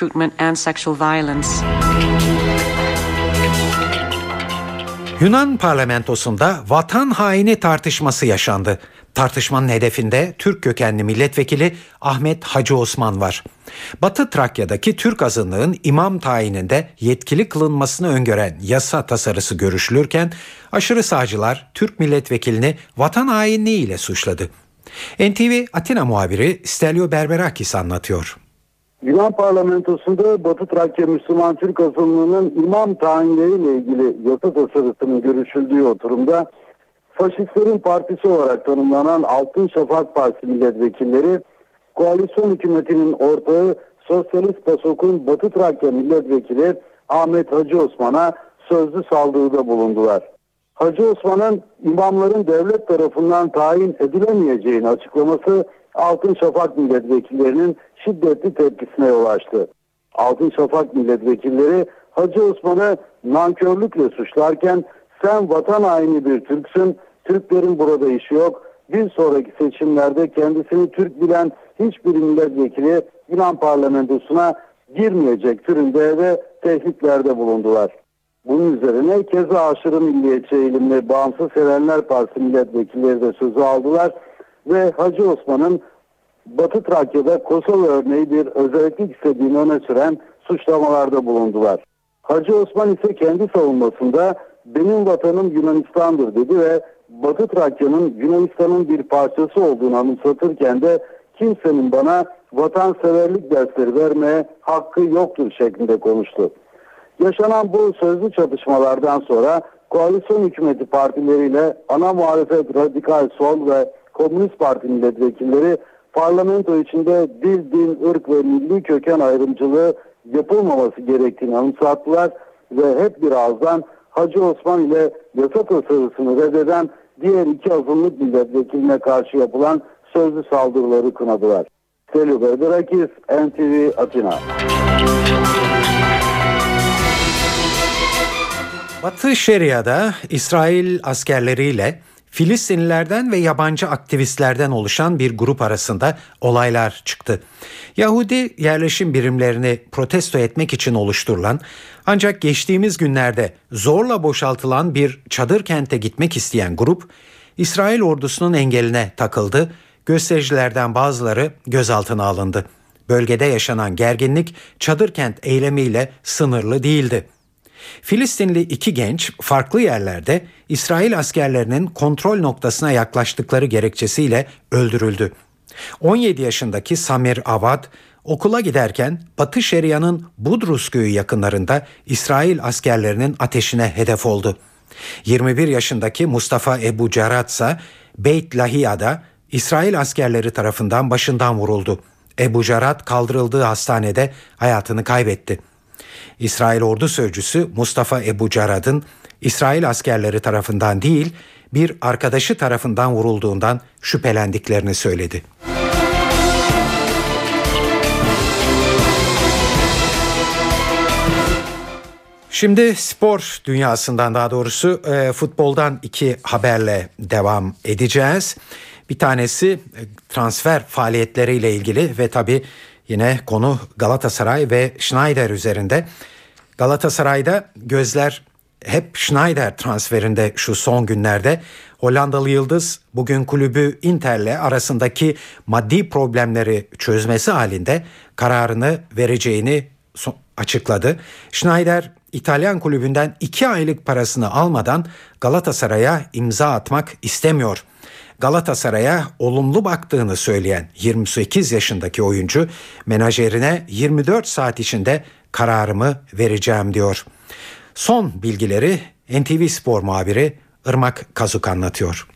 Yunan parlamentosunda vatan haini tartışması yaşandı. Tartışmanın hedefinde Türk kökenli milletvekili Ahmet Hacı Osman var. Batı Trakya'daki Türk azınlığın imam tayininde yetkili kılınmasını öngören yasa tasarısı görüşülürken aşırı sağcılar Türk milletvekilini vatan hainliği ile suçladı. N T V Atina muhabiri Stelio Berberakis anlatıyor. Yunan parlamentosunda Batı Trakya Müslüman Türk azınlığının imam tayinleriyle ilgili yasa tasarısının görüşüldüğü oturumda faşistlerin partisi olarak tanımlanan Altın Şafak Partisi milletvekilleri koalisyon hükümetinin ortağı Sosyalist PASOK'un Batı Trakya milletvekili Ahmet Hacı Osman'a sözlü saldırıda bulundular. Hacı Osman'ın imamların devlet tarafından tayin edilemeyeceğini açıklaması Altın Şafak milletvekillerinin şiddetli tepkisine yol açtı. Altın Şafak milletvekilleri Hacı Osman'ı nankörlükle suçlarken sen vatan haini bir Türksün, Türklerin burada işi yok. Bir sonraki seçimlerde kendisini Türk bilen hiçbir milletvekili Yunan parlamentosuna girmeyecek türünde ve tehditlerde bulundular. Bunun üzerine keza aşırı milliyetçi eğilimli Bağımsız Sevenler Partisi milletvekilleri de sözü aldılar ve Hacı Osman'ın Batı Trakya'da Kosova örneği bir özellik istediğini öne süren suçlamalarda bulundular. Hacı Osman ise kendi savunmasında benim vatanım Yunanistan'dır dedi ve Batı Trakya'nın Yunanistan'ın bir parçası olduğunu anımsatırken de kimsenin bana vatanseverlik dersleri vermeye hakkı yoktur şeklinde konuştu. Yaşanan bu sözlü çatışmalardan sonra koalisyon hükümeti partileriyle ana muhalefet Radikal Sol ve Komünist Parti milletvekilleri parlamento içinde dil, din, ırk ve milli köken ayrımcılığı yapılmaması gerektiğini anımsattılar ve hep bir ağızdan Hacı Osman ile yasa tasarısını reddeden diğer iki azınlık milletvekiline karşı yapılan sözlü saldırıları kınadılar. Stelio Berberakis, N T V Atina. Batı Şeria'da İsrail askerleriyle Filistinlilerden ve yabancı aktivistlerden oluşan bir grup arasında olaylar çıktı. Yahudi yerleşim birimlerini protesto etmek için oluşturulan ancak geçtiğimiz günlerde zorla boşaltılan bir çadır kente gitmek isteyen grup İsrail ordusunun engeline takıldı. Göstericilerden bazıları gözaltına alındı. Bölgede yaşanan gerginlik çadır kent eylemiyle sınırlı değildi. Filistinli iki genç farklı yerlerde İsrail askerlerinin kontrol noktasına yaklaştıkları gerekçesiyle öldürüldü. on yedi yaşındaki Samir Avad okula giderken Batı Şeria'nın Budrus köyü yakınlarında İsrail askerlerinin ateşine hedef oldu. yirmi bir yaşındaki Mustafa Ebu Carat ise Beit Lahiya'da İsrail askerleri tarafından başından vuruldu. Ebu Carat kaldırıldığı hastanede hayatını kaybetti. İsrail ordu sözcüsü Mustafa Ebu Carad'ın İsrail askerleri tarafından değil bir arkadaşı tarafından vurulduğundan şüphelendiklerini söyledi. Şimdi spor dünyasından, daha doğrusu e, futboldan iki haberle devam edeceğiz. Bir tanesi transfer faaliyetleriyle ilgili ve tabii yine konu Galatasaray ve Schneider üzerinde. Galatasaray'da gözler hep Schneider transferinde şu son günlerde. Hollandalı yıldız bugün kulübü Inter'le arasındaki maddi problemleri çözmesi halinde kararını vereceğini açıkladı. Schneider İtalyan kulübünden iki aylık parasını almadan Galatasaray'a imza atmak istemiyor. Galatasaray'a olumlu baktığını söyleyen yirmi sekiz yaşındaki oyuncu menajerine yirmi dört saat içinde kararımı vereceğim diyor. Son bilgileri N T V Spor muhabiri Irmak Kazuk anlatıyor.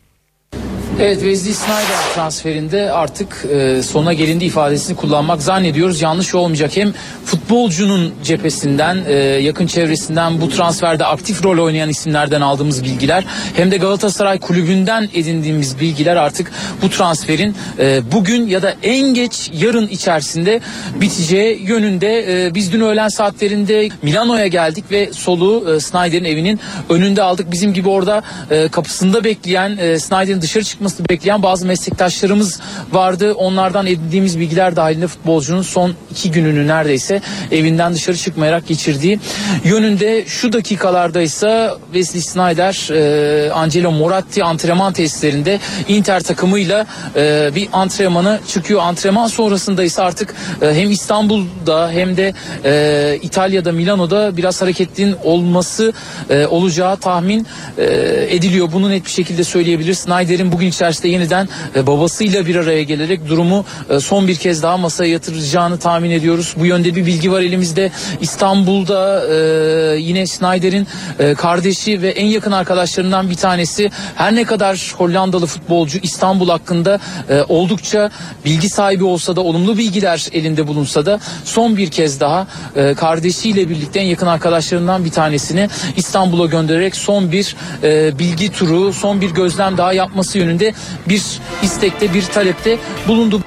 Evet, Wesley Sneijder transferinde artık e, sona gelindi ifadesini kullanmak zannediyoruz yanlış olmayacak. Hem futbolcunun cephesinden, e, yakın çevresinden, bu transferde aktif rol oynayan isimlerden aldığımız bilgiler, hem de Galatasaray kulübünden edindiğimiz bilgiler artık bu transferin e, bugün ya da en geç yarın içerisinde biteceği yönünde. E, biz dün öğlen saatlerinde Milano'ya geldik ve soluğu e, Sneijder'in evinin önünde aldık. Bizim gibi orada e, kapısında bekleyen, e, Sneijder'in dışarı çıkması bekleyen bazı meslektaşlarımız vardı. Onlardan edindiğimiz bilgiler dahilinde futbolcunun son iki gününü neredeyse evinden dışarı çıkmayarak geçirdiği yönünde. Şu dakikalarda ise Wesley Sneijder e, Angelo Moratti antrenman tesislerinde Inter takımıyla e, bir antrenmanı çıkıyor. Antrenman sonrasında ise artık e, hem İstanbul'da hem de e, İtalya'da, Milano'da biraz hareketin olması e, olacağı tahmin e, ediliyor. Bunu net bir şekilde söyleyebilir. Sneijder'in bugün içerisinde yeniden e, babasıyla bir araya gelerek durumu e, son bir kez daha masaya yatıracağını tahmin ediyoruz. Bu yönde bir bilgi var elimizde. İstanbul'da e, yine Sneijder'in e, kardeşi ve en yakın arkadaşlarından bir tanesi, her ne kadar Hollandalı futbolcu İstanbul hakkında e, oldukça bilgi sahibi olsa da, olumlu bilgiler elinde bulunsa da, son bir kez daha e, kardeşiyle birlikte en yakın arkadaşlarından bir tanesini İstanbul'a göndererek son bir e, bilgi turu, son bir gözlem daha yapması yönünde bir istekte, bir talepte bulundu.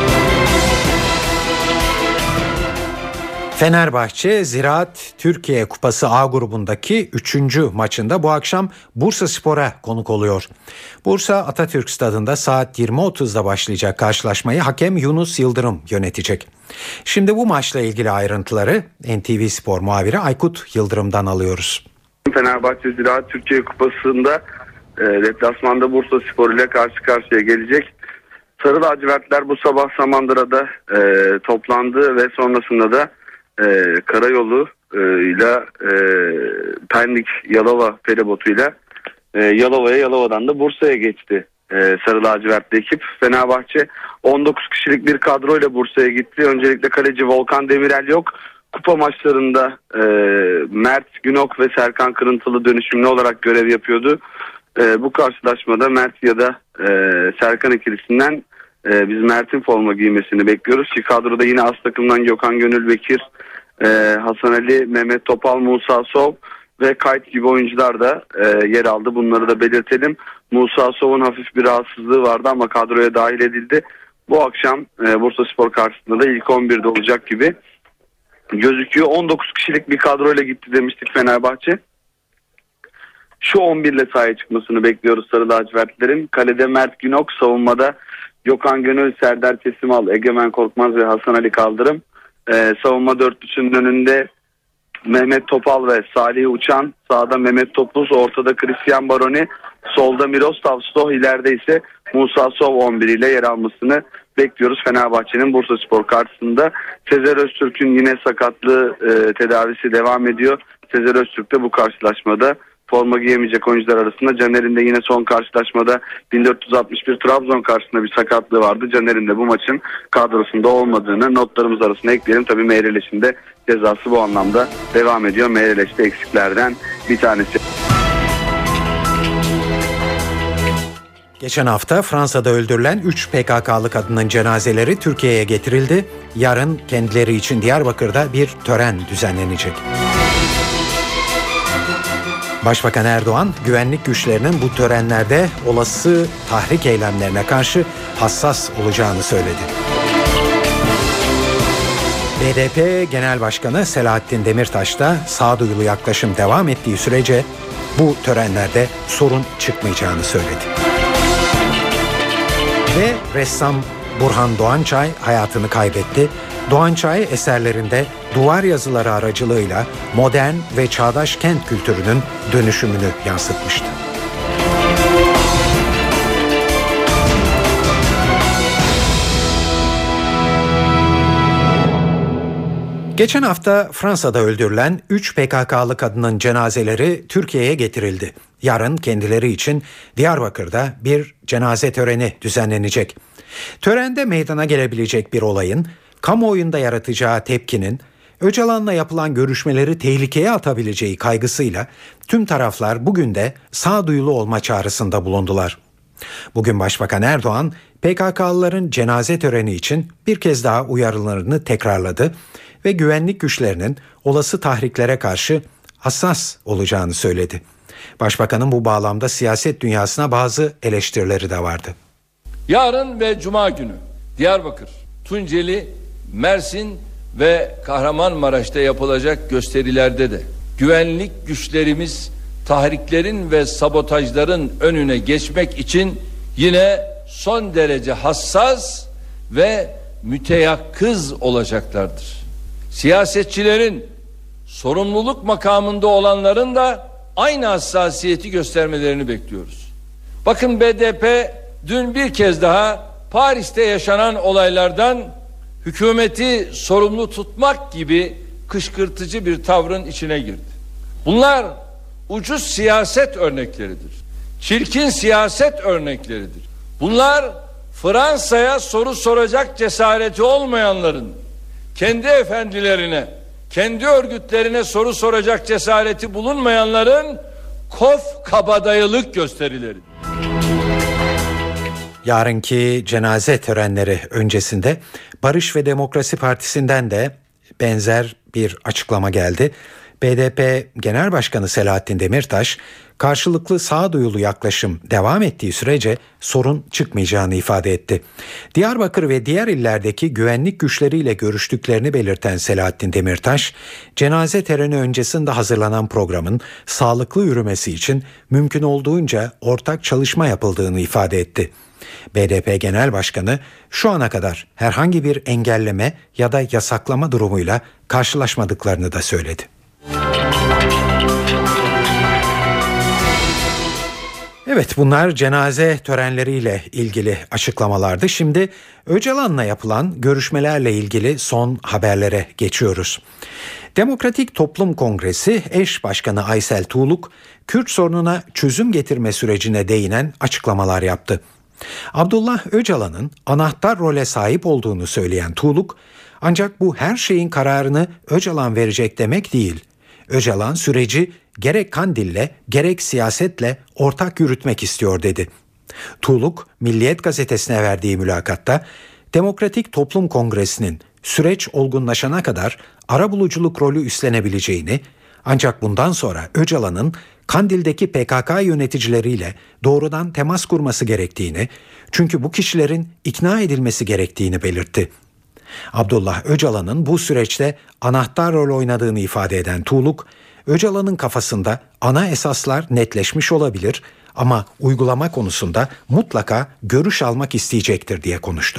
Fenerbahçe Ziraat Türkiye Kupası A grubundaki üçüncü maçında bu akşam Bursaspor'a konuk oluyor. Bursa Atatürk Stadı'nda saat yirmi otuzda başlayacak karşılaşmayı hakem Yunus Yıldırım yönetecek. Şimdi bu maçla ilgili ayrıntıları N T V Spor muhabiri Aykut Yıldırım'dan alıyoruz. Fenerbahçe Ziraat Türkiye Kupası'nda e, deplasmanda Bursaspor ile karşı karşıya gelecek. Sarı lacivertler bu sabah Samandıra'da e, toplandı ve sonrasında da e, karayolu e, ile e, Pendik Yalova feribotuyla e, Yalova'ya, Yalova'dan da Bursa'ya geçti e, Sarı Lacivertli ekip. Fenerbahçe on dokuz kişilik bir kadroyla Bursa'ya gitti. Öncelikle kaleci Volkan Demirel yok. Kupa maçlarında e, Mert Günok ve Serkan Kırıntılı dönüşümlü olarak görev yapıyordu. E, bu karşılaşmada Mert ya da e, Serkan ikilisinden e, biz Mert'in forma giymesini bekliyoruz. Ki kadroda yine as takımdan Gökhan Gönül Bekir, e, Hasan Ali, Mehmet Topal, Musa Sov ve Kayt gibi oyuncular da e, yer aldı. Bunları da belirtelim. Musa Sov'un hafif bir rahatsızlığı vardı ama kadroya dahil edildi. Bu akşam e, Bursaspor karşısında da ilk on birde olacak gibi gözüküyor. on dokuz kişilik bir kadroyla gitti demiştik Fenerbahçe. Şu on bir ile sahaya çıkmasını bekliyoruz Sarı Lacivertlilerin. Kalede Mert Günok, savunmada Gökhan Gönül, Serdar Kesimal, Egemen Korkmaz ve Hasan Ali Kaldırım. Ee, savunma dörtlüsünün önünde Mehmet Topal ve Salih Uçan, sağda Mehmet Topuz, ortada Christian Baroni, solda Miroslav Stoh, ileride ise Musa Sov on bir ile yer almasını bekliyoruz Fenerbahçe'nin Bursaspor karşısında. Sezer Öztürk'ün yine sakatlığı e, tedavisi devam ediyor. Sezer Öztürk de bu karşılaşmada forma giyemeyecek oyuncular arasında. Caner'in de yine son karşılaşmada bin dört yüz altmış bir Trabzon karşısında bir sakatlığı vardı. Caner'in de bu maçın kadrosunda olmadığını notlarımız arasına ekleyelim. Tabii Meireles de cezası bu anlamda devam ediyor. Meireles de eksiklerden bir tanesi. Geçen hafta Fransa'da öldürülen üç P K K'lı kadının cenazeleri Türkiye'ye getirildi. Yarın kendileri için Diyarbakır'da bir tören düzenlenecek. Başbakan Erdoğan, güvenlik güçlerinin bu törenlerde olası tahrik eylemlerine karşı hassas olacağını söyledi. B D P Genel Başkanı Selahattin Demirtaş da sağduyulu yaklaşım devam ettiği sürece bu törenlerde sorun çıkmayacağını söyledi. Ve ressam Burhan Doğançay hayatını kaybetti. Doğançay eserlerinde duvar yazıları aracılığıyla modern ve çağdaş kent kültürünün dönüşümünü yansıtmıştı. Geçen hafta Fransa'da öldürülen üç P K K'lı kadının cenazeleri Türkiye'ye getirildi. Yarın kendileri için Diyarbakır'da bir cenaze töreni düzenlenecek. Törende meydana gelebilecek bir olayın, kamuoyunda yaratacağı tepkinin, Öcalan'la yapılan görüşmeleri tehlikeye atabileceği kaygısıyla tüm taraflar bugün de sağduyulu olma çağrısında bulundular. Bugün Başbakan Erdoğan, P K K'lıların cenaze töreni için bir kez daha uyarılarını tekrarladı ve güvenlik güçlerinin olası tahriklere karşı hassas olacağını söyledi. Başbakanın bu bağlamda siyaset dünyasına bazı eleştirileri de vardı. Yarın ve Cuma günü Diyarbakır, Tunceli, Mersin ve Kahramanmaraş'ta yapılacak gösterilerde de güvenlik güçlerimiz tahriklerin ve sabotajların önüne geçmek için yine son derece hassas ve müteyakkız olacaklardır. Siyasetçilerin, sorumluluk makamında olanların da aynı hassasiyeti göstermelerini bekliyoruz. Bakın B D P dün bir kez daha Paris'te yaşanan olaylardan hükümeti sorumlu tutmak gibi kışkırtıcı bir tavrın içine girdi. Bunlar ucuz siyaset örnekleridir. Çirkin siyaset örnekleridir. Bunlar Fransa'ya soru soracak cesareti olmayanların kendi efendilerine, kendi örgütlerine soru soracak cesareti bulunmayanların kof kabadayılık gösterileri. Yarınki cenaze törenleri öncesinde Barış ve Demokrasi Partisi'nden de benzer bir açıklama geldi. B D P Genel Başkanı Selahattin Demirtaş, karşılıklı sağduyulu yaklaşım devam ettiği sürece sorun çıkmayacağını ifade etti. Diyarbakır ve diğer illerdeki güvenlik güçleriyle görüştüklerini belirten Selahattin Demirtaş, cenaze töreni öncesinde hazırlanan programın sağlıklı yürümesi için mümkün olduğunca ortak çalışma yapıldığını ifade etti. B D P Genel Başkanı şu ana kadar herhangi bir engelleme ya da yasaklama durumuyla karşılaşmadıklarını da söyledi. Evet, bunlar cenaze törenleriyle ilgili açıklamalardı. Şimdi Öcalan'la yapılan görüşmelerle ilgili son haberlere geçiyoruz. Demokratik Toplum Kongresi eş başkanı Aysel Tuğluk, Kürt sorununa çözüm getirme sürecine değinen açıklamalar yaptı. Abdullah Öcalan'ın anahtar role sahip olduğunu söyleyen Tuğluk, ancak bu her şeyin kararını Öcalan verecek demek değil. Öcalan süreci gerek Kandil'le gerek siyasetle ortak yürütmek istiyor dedi. Tuğluk, Milliyet gazetesine verdiği mülakatta Demokratik Toplum Kongresi'nin süreç olgunlaşana kadar arabuluculuk rolü üstlenebileceğini, ancak bundan sonra Öcalan'ın Kandil'deki P K K yöneticileriyle doğrudan temas kurması gerektiğini, çünkü bu kişilerin ikna edilmesi gerektiğini belirtti. Abdullah Öcalan'ın bu süreçte anahtar rol oynadığını ifade eden Tuğluk, Öcalan'ın kafasında ana esaslar netleşmiş olabilir ama uygulama konusunda mutlaka görüş almak isteyecektir diye konuştu.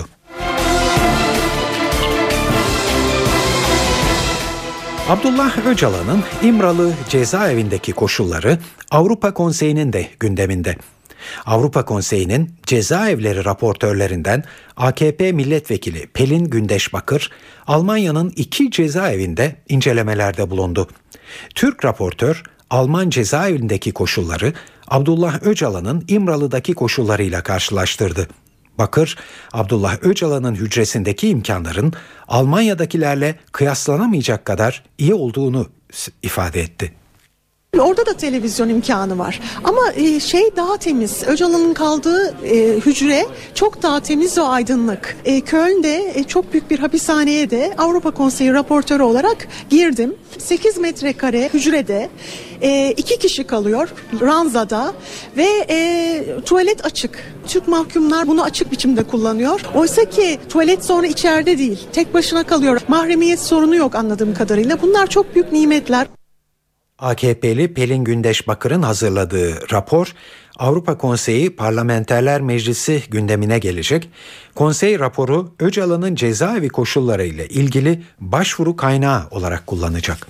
Abdullah Öcalan'ın İmralı cezaevindeki koşulları Avrupa Konseyi'nin de gündeminde. Avrupa Konseyi'nin cezaevleri raportörlerinden A K P milletvekili Pelin Gündeş Bakır, Almanya'nın iki cezaevinde incelemelerde bulundu. Türk raportör, Alman cezaevindeki koşulları Abdullah Öcalan'ın İmralı'daki koşullarıyla karşılaştırdı. Bakır, Abdullah Öcalan'ın hücresindeki imkanların Almanya'dakilerle kıyaslanamayacak kadar iyi olduğunu ifade etti. Orada da televizyon imkanı var ama e, şey daha temiz. Öcalan'ın kaldığı e, hücre çok daha temiz ve aydınlık. E, Köln'de e, çok büyük bir hapishaneye de Avrupa Konseyi raportörü olarak girdim. sekiz metrekare hücrede e, iki kişi kalıyor ranzada ve e, tuvalet açık. Türk mahkumlar bunu açık biçimde kullanıyor. Oysa ki tuvalet sonra içeride değil, tek başına kalıyor. Mahremiyet sorunu yok anladığım kadarıyla. Bunlar çok büyük nimetler. A K P'li Pelin Gündeş Bakır'ın hazırladığı rapor Avrupa Konseyi Parlamenterler Meclisi gündemine gelecek. Konsey raporu Öcalan'ın cezaevi koşulları ile ilgili başvuru kaynağı olarak kullanacak.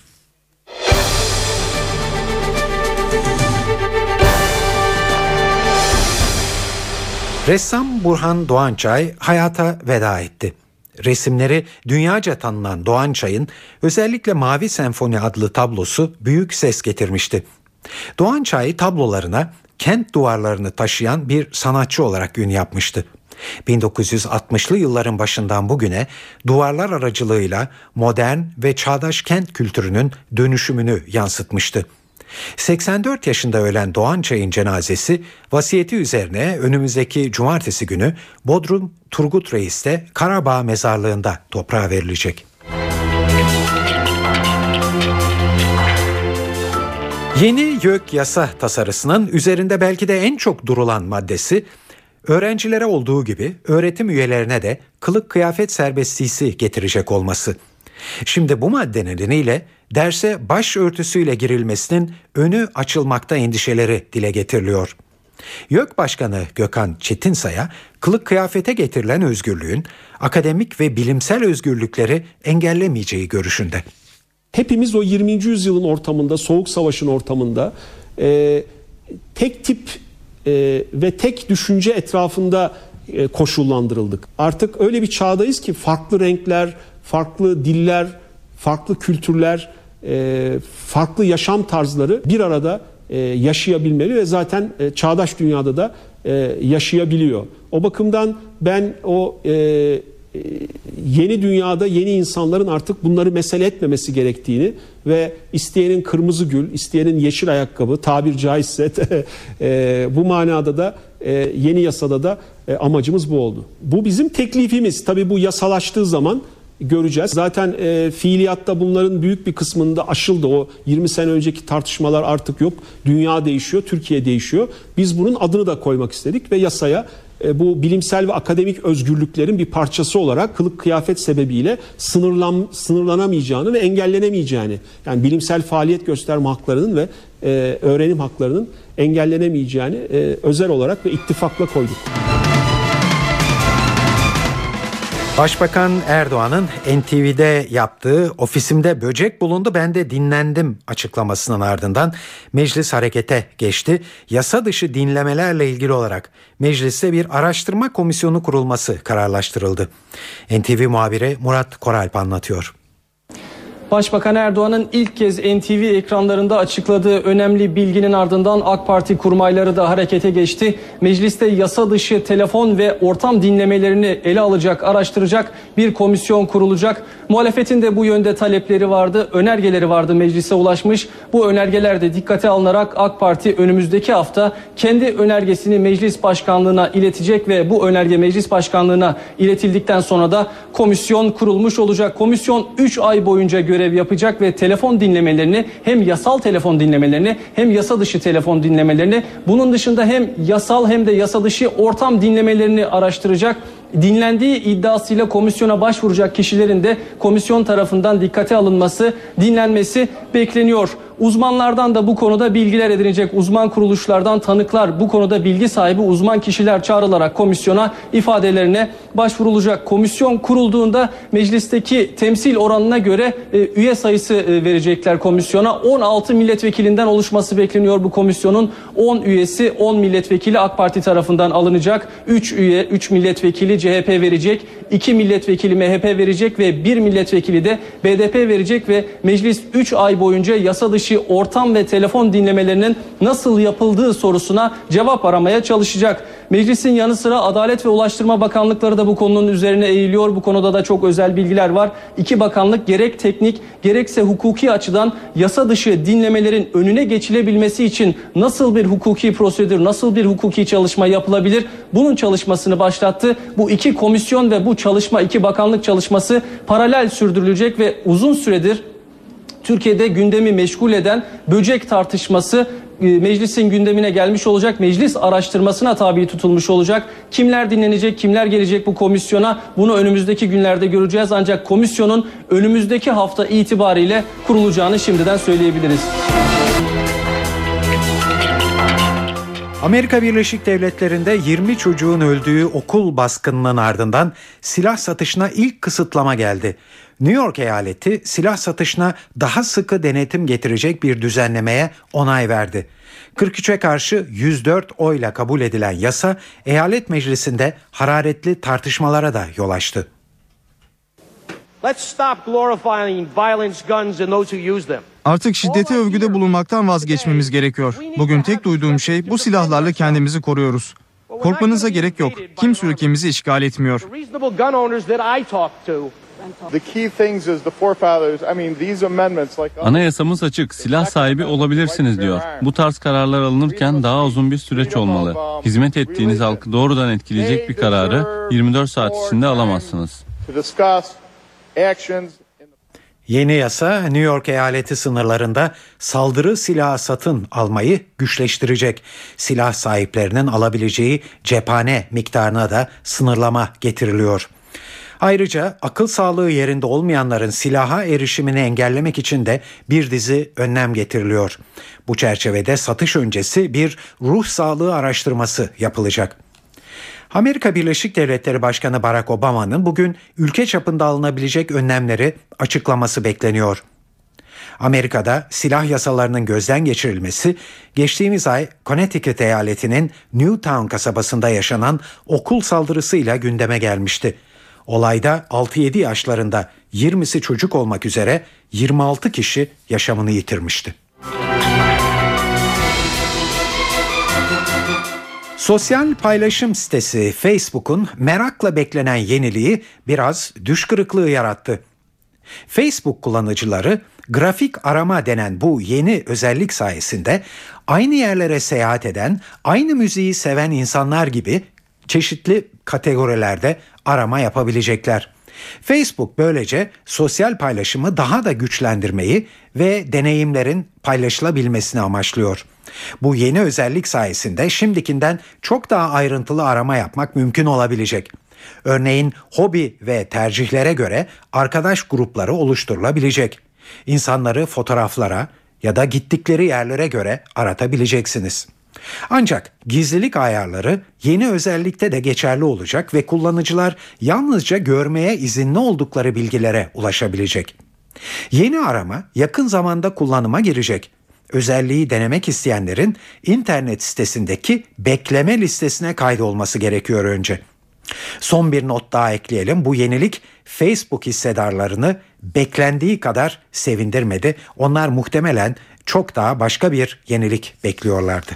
Ressam Burhan Doğançay hayata veda etti. Resimleri dünyaca tanınan Doğançay'ın özellikle Mavi Senfoni adlı tablosu büyük ses getirmişti. Doğançay tablolarına kent duvarlarını taşıyan bir sanatçı olarak ün yapmıştı. bin dokuz yüz altmışlı yılların başından bugüne duvarlar aracılığıyla modern ve çağdaş kent kültürünün dönüşümünü yansıtmıştı. seksen dört yaşında ölen Doğançay'ın cenazesi vasiyeti üzerine önümüzdeki cumartesi günü Bodrum Turgut Reis'te Karabağ mezarlığında toprağa verilecek. Yeni YÖK yasa tasarısının üzerinde belki de en çok durulan maddesi, öğrencilere olduğu gibi öğretim üyelerine de kılık kıyafet serbestliği getirecek olması. Şimdi bu madde nedeniyle derse başörtüsüyle girilmesinin önü açılmakta endişeleri dile getiriliyor. YÖK Başkanı Gökhan Çetinsay'a kılık kıyafete getirilen özgürlüğün akademik ve bilimsel özgürlükleri engellemeyeceği görüşünde. Hepimiz o yirminci yüzyılın ortamında, Soğuk Savaş'ın ortamında e, tek tip e, ve tek düşünce etrafında e, koşullandırıldık. Artık öyle bir çağdayız ki farklı renkler, farklı diller, farklı kültürler, e, farklı yaşam tarzları bir arada e, yaşayabilmeli ve zaten e, çağdaş dünyada da e, yaşayabiliyor. O bakımdan ben o e, yeni dünyada yeni insanların artık bunları mesele etmemesi gerektiğini ve isteyenin kırmızı gül, isteyenin yeşil ayakkabı tabir caizse e, bu manada da e, yeni yasada da e, amacımız bu oldu. Bu bizim teklifimiz. Tabii bu yasalaştığı zaman göreceğiz. Zaten e, fiiliyatta bunların büyük bir kısmında aşıldı. O yirmi sene önceki tartışmalar artık yok. Dünya değişiyor, Türkiye değişiyor. Biz bunun adını da koymak istedik ve yasaya e, bu bilimsel ve akademik özgürlüklerin bir parçası olarak kılık kıyafet sebebiyle sınırlan, sınırlanamayacağını ve engellenemeyeceğini, yani bilimsel faaliyet gösterme haklarının ve e, öğrenim haklarının engellenemeyeceğini e, özel olarak ve ittifakla koyduk. Başbakan Erdoğan'ın N T V'de yaptığı "ofisimde böcek bulundu, ben de dinlendim" açıklamasının ardından meclis harekete geçti. Yasa dışı dinlemelerle ilgili olarak mecliste bir araştırma komisyonu kurulması kararlaştırıldı. N T V muhabiri Murat Koralp anlatıyor. Başbakan Erdoğan'ın ilk kez N T V ekranlarında açıkladığı önemli bilginin ardından AK Parti kurmayları da harekete geçti. Mecliste yasa dışı telefon ve ortam dinlemelerini ele alacak, araştıracak bir komisyon kurulacak. Muhalefetin de bu yönde talepleri vardı, önergeleri vardı, meclise ulaşmış. Bu önergeler de dikkate alınarak AK Parti önümüzdeki hafta kendi önergesini meclis başkanlığına iletecek ve bu önerge meclis başkanlığına iletildikten sonra da komisyon kurulmuş olacak. Komisyon üç ay boyunca görev yapacak ve telefon dinlemelerini, hem yasal telefon dinlemelerini hem yasa dışı telefon dinlemelerini, bunun dışında hem yasal hem de yasa dışı ortam dinlemelerini araştıracak. Dinlendiği iddiasıyla komisyona başvuracak kişilerin de komisyon tarafından dikkate alınması, dinlenmesi bekleniyor. Uzmanlardan da bu konuda bilgiler edinecek. Uzman kuruluşlardan tanıklar, bu konuda bilgi sahibi uzman kişiler çağrılarak komisyona ifadelerine başvurulacak. Komisyon kurulduğunda meclisteki temsil oranına göre e, üye sayısı e, verecekler komisyona. on altı milletvekilinden oluşması bekleniyor bu komisyonun. on üyesi, on milletvekili AK Parti tarafından alınacak. üç üye, üç milletvekili C H P verecek. iki milletvekili M H P verecek ve bir milletvekili de B D P verecek ve meclis üç ay boyunca yasa dışı ortam ve telefon dinlemelerinin nasıl yapıldığı sorusuna cevap aramaya çalışacak. Meclisin yanı sıra Adalet ve Ulaştırma Bakanlıkları da bu konunun üzerine eğiliyor. Bu konuda da çok özel bilgiler var. İki bakanlık gerek teknik gerekse hukuki açıdan yasa dışı dinlemelerin önüne geçilebilmesi için nasıl bir hukuki prosedür, nasıl bir hukuki çalışma yapılabilir? Bunun çalışmasını başlattı. Bu iki komisyon ve bu çalışma, iki bakanlık çalışması paralel sürdürülecek ve uzun süredir Türkiye'de gündemi meşgul eden böcek tartışması meclisin gündemine gelmiş olacak. Meclis araştırmasına tabi tutulmuş olacak. Kimler dinlenecek, kimler gelecek bu komisyona? Bunu önümüzdeki günlerde göreceğiz. Ancak komisyonun önümüzdeki hafta itibariyle kurulacağını şimdiden söyleyebiliriz. Amerika Birleşik Devletleri'nde yirmi çocuğun öldüğü okul baskınının ardından silah satışına ilk kısıtlama geldi. New York eyaleti silah satışına daha sıkı denetim getirecek bir düzenlemeye onay verdi. kırk üçe karşı yüz dört oyla kabul edilen yasa eyalet meclisinde hararetli tartışmalara da yol açtı. Artık şiddete övgüde bulunmaktan vazgeçmemiz gerekiyor. Bugün tek duyduğum şey bu silahlarla kendimizi koruyoruz. Korkmanıza gerek yok. Kimse ülkemizi işgal etmiyor. Anayasamız açık, silah sahibi olabilirsiniz diyor. Bu tarz kararlar alınırken daha uzun bir süreç olmalı. Hizmet ettiğiniz halkı doğrudan etkileyecek bir kararı yirmi dört saat içinde alamazsınız. Yeni yasa New York eyaleti sınırlarında saldırı silahı satın almayı güçleştirecek. Silah sahiplerinin alabileceği cephane miktarına da sınırlama getiriliyor. Ayrıca akıl sağlığı yerinde olmayanların silaha erişimini engellemek için de bir dizi önlem getiriliyor. Bu çerçevede satış öncesi bir ruh sağlığı araştırması yapılacak. Amerika Birleşik Devletleri Başkanı Barack Obama'nın bugün ülke çapında alınabilecek önlemleri açıklaması bekleniyor. Amerika'da silah yasalarının gözden geçirilmesi geçtiğimiz ay Connecticut eyaletinin Newtown kasabasında yaşanan okul saldırısıyla gündeme gelmişti. Olayda altı yedi yaşlarında yirmisi çocuk olmak üzere yirmi altı kişi yaşamını yitirmişti. Sosyal paylaşım sitesi Facebook'un merakla beklenen yeniliği biraz düş kırıklığı yarattı. Facebook kullanıcıları grafik arama denen bu yeni özellik sayesinde aynı yerlere seyahat eden, aynı müziği seven insanlar gibi çeşitli kategorilerde arama yapabilecekler. Facebook böylece sosyal paylaşımı daha da güçlendirmeyi ve deneyimlerin paylaşılabilmesini amaçlıyor. Bu yeni özellik sayesinde şimdikinden çok daha ayrıntılı arama yapmak mümkün olabilecek. Örneğin hobi ve tercihlere göre arkadaş grupları oluşturulabilecek. İnsanları fotoğraflara ya da gittikleri yerlere göre aratabileceksiniz. Ancak gizlilik ayarları yeni özellikte de geçerli olacak ve kullanıcılar yalnızca görmeye izinli oldukları bilgilere ulaşabilecek. Yeni arama yakın zamanda kullanıma girecek. Özelliği denemek isteyenlerin internet sitesindeki bekleme listesine kaydolması gerekiyor önce. Son bir not daha ekleyelim. Bu yenilik Facebook hissedarlarını beklendiği kadar sevindirmedi. Onlar muhtemelen çok daha başka bir yenilik bekliyorlardı.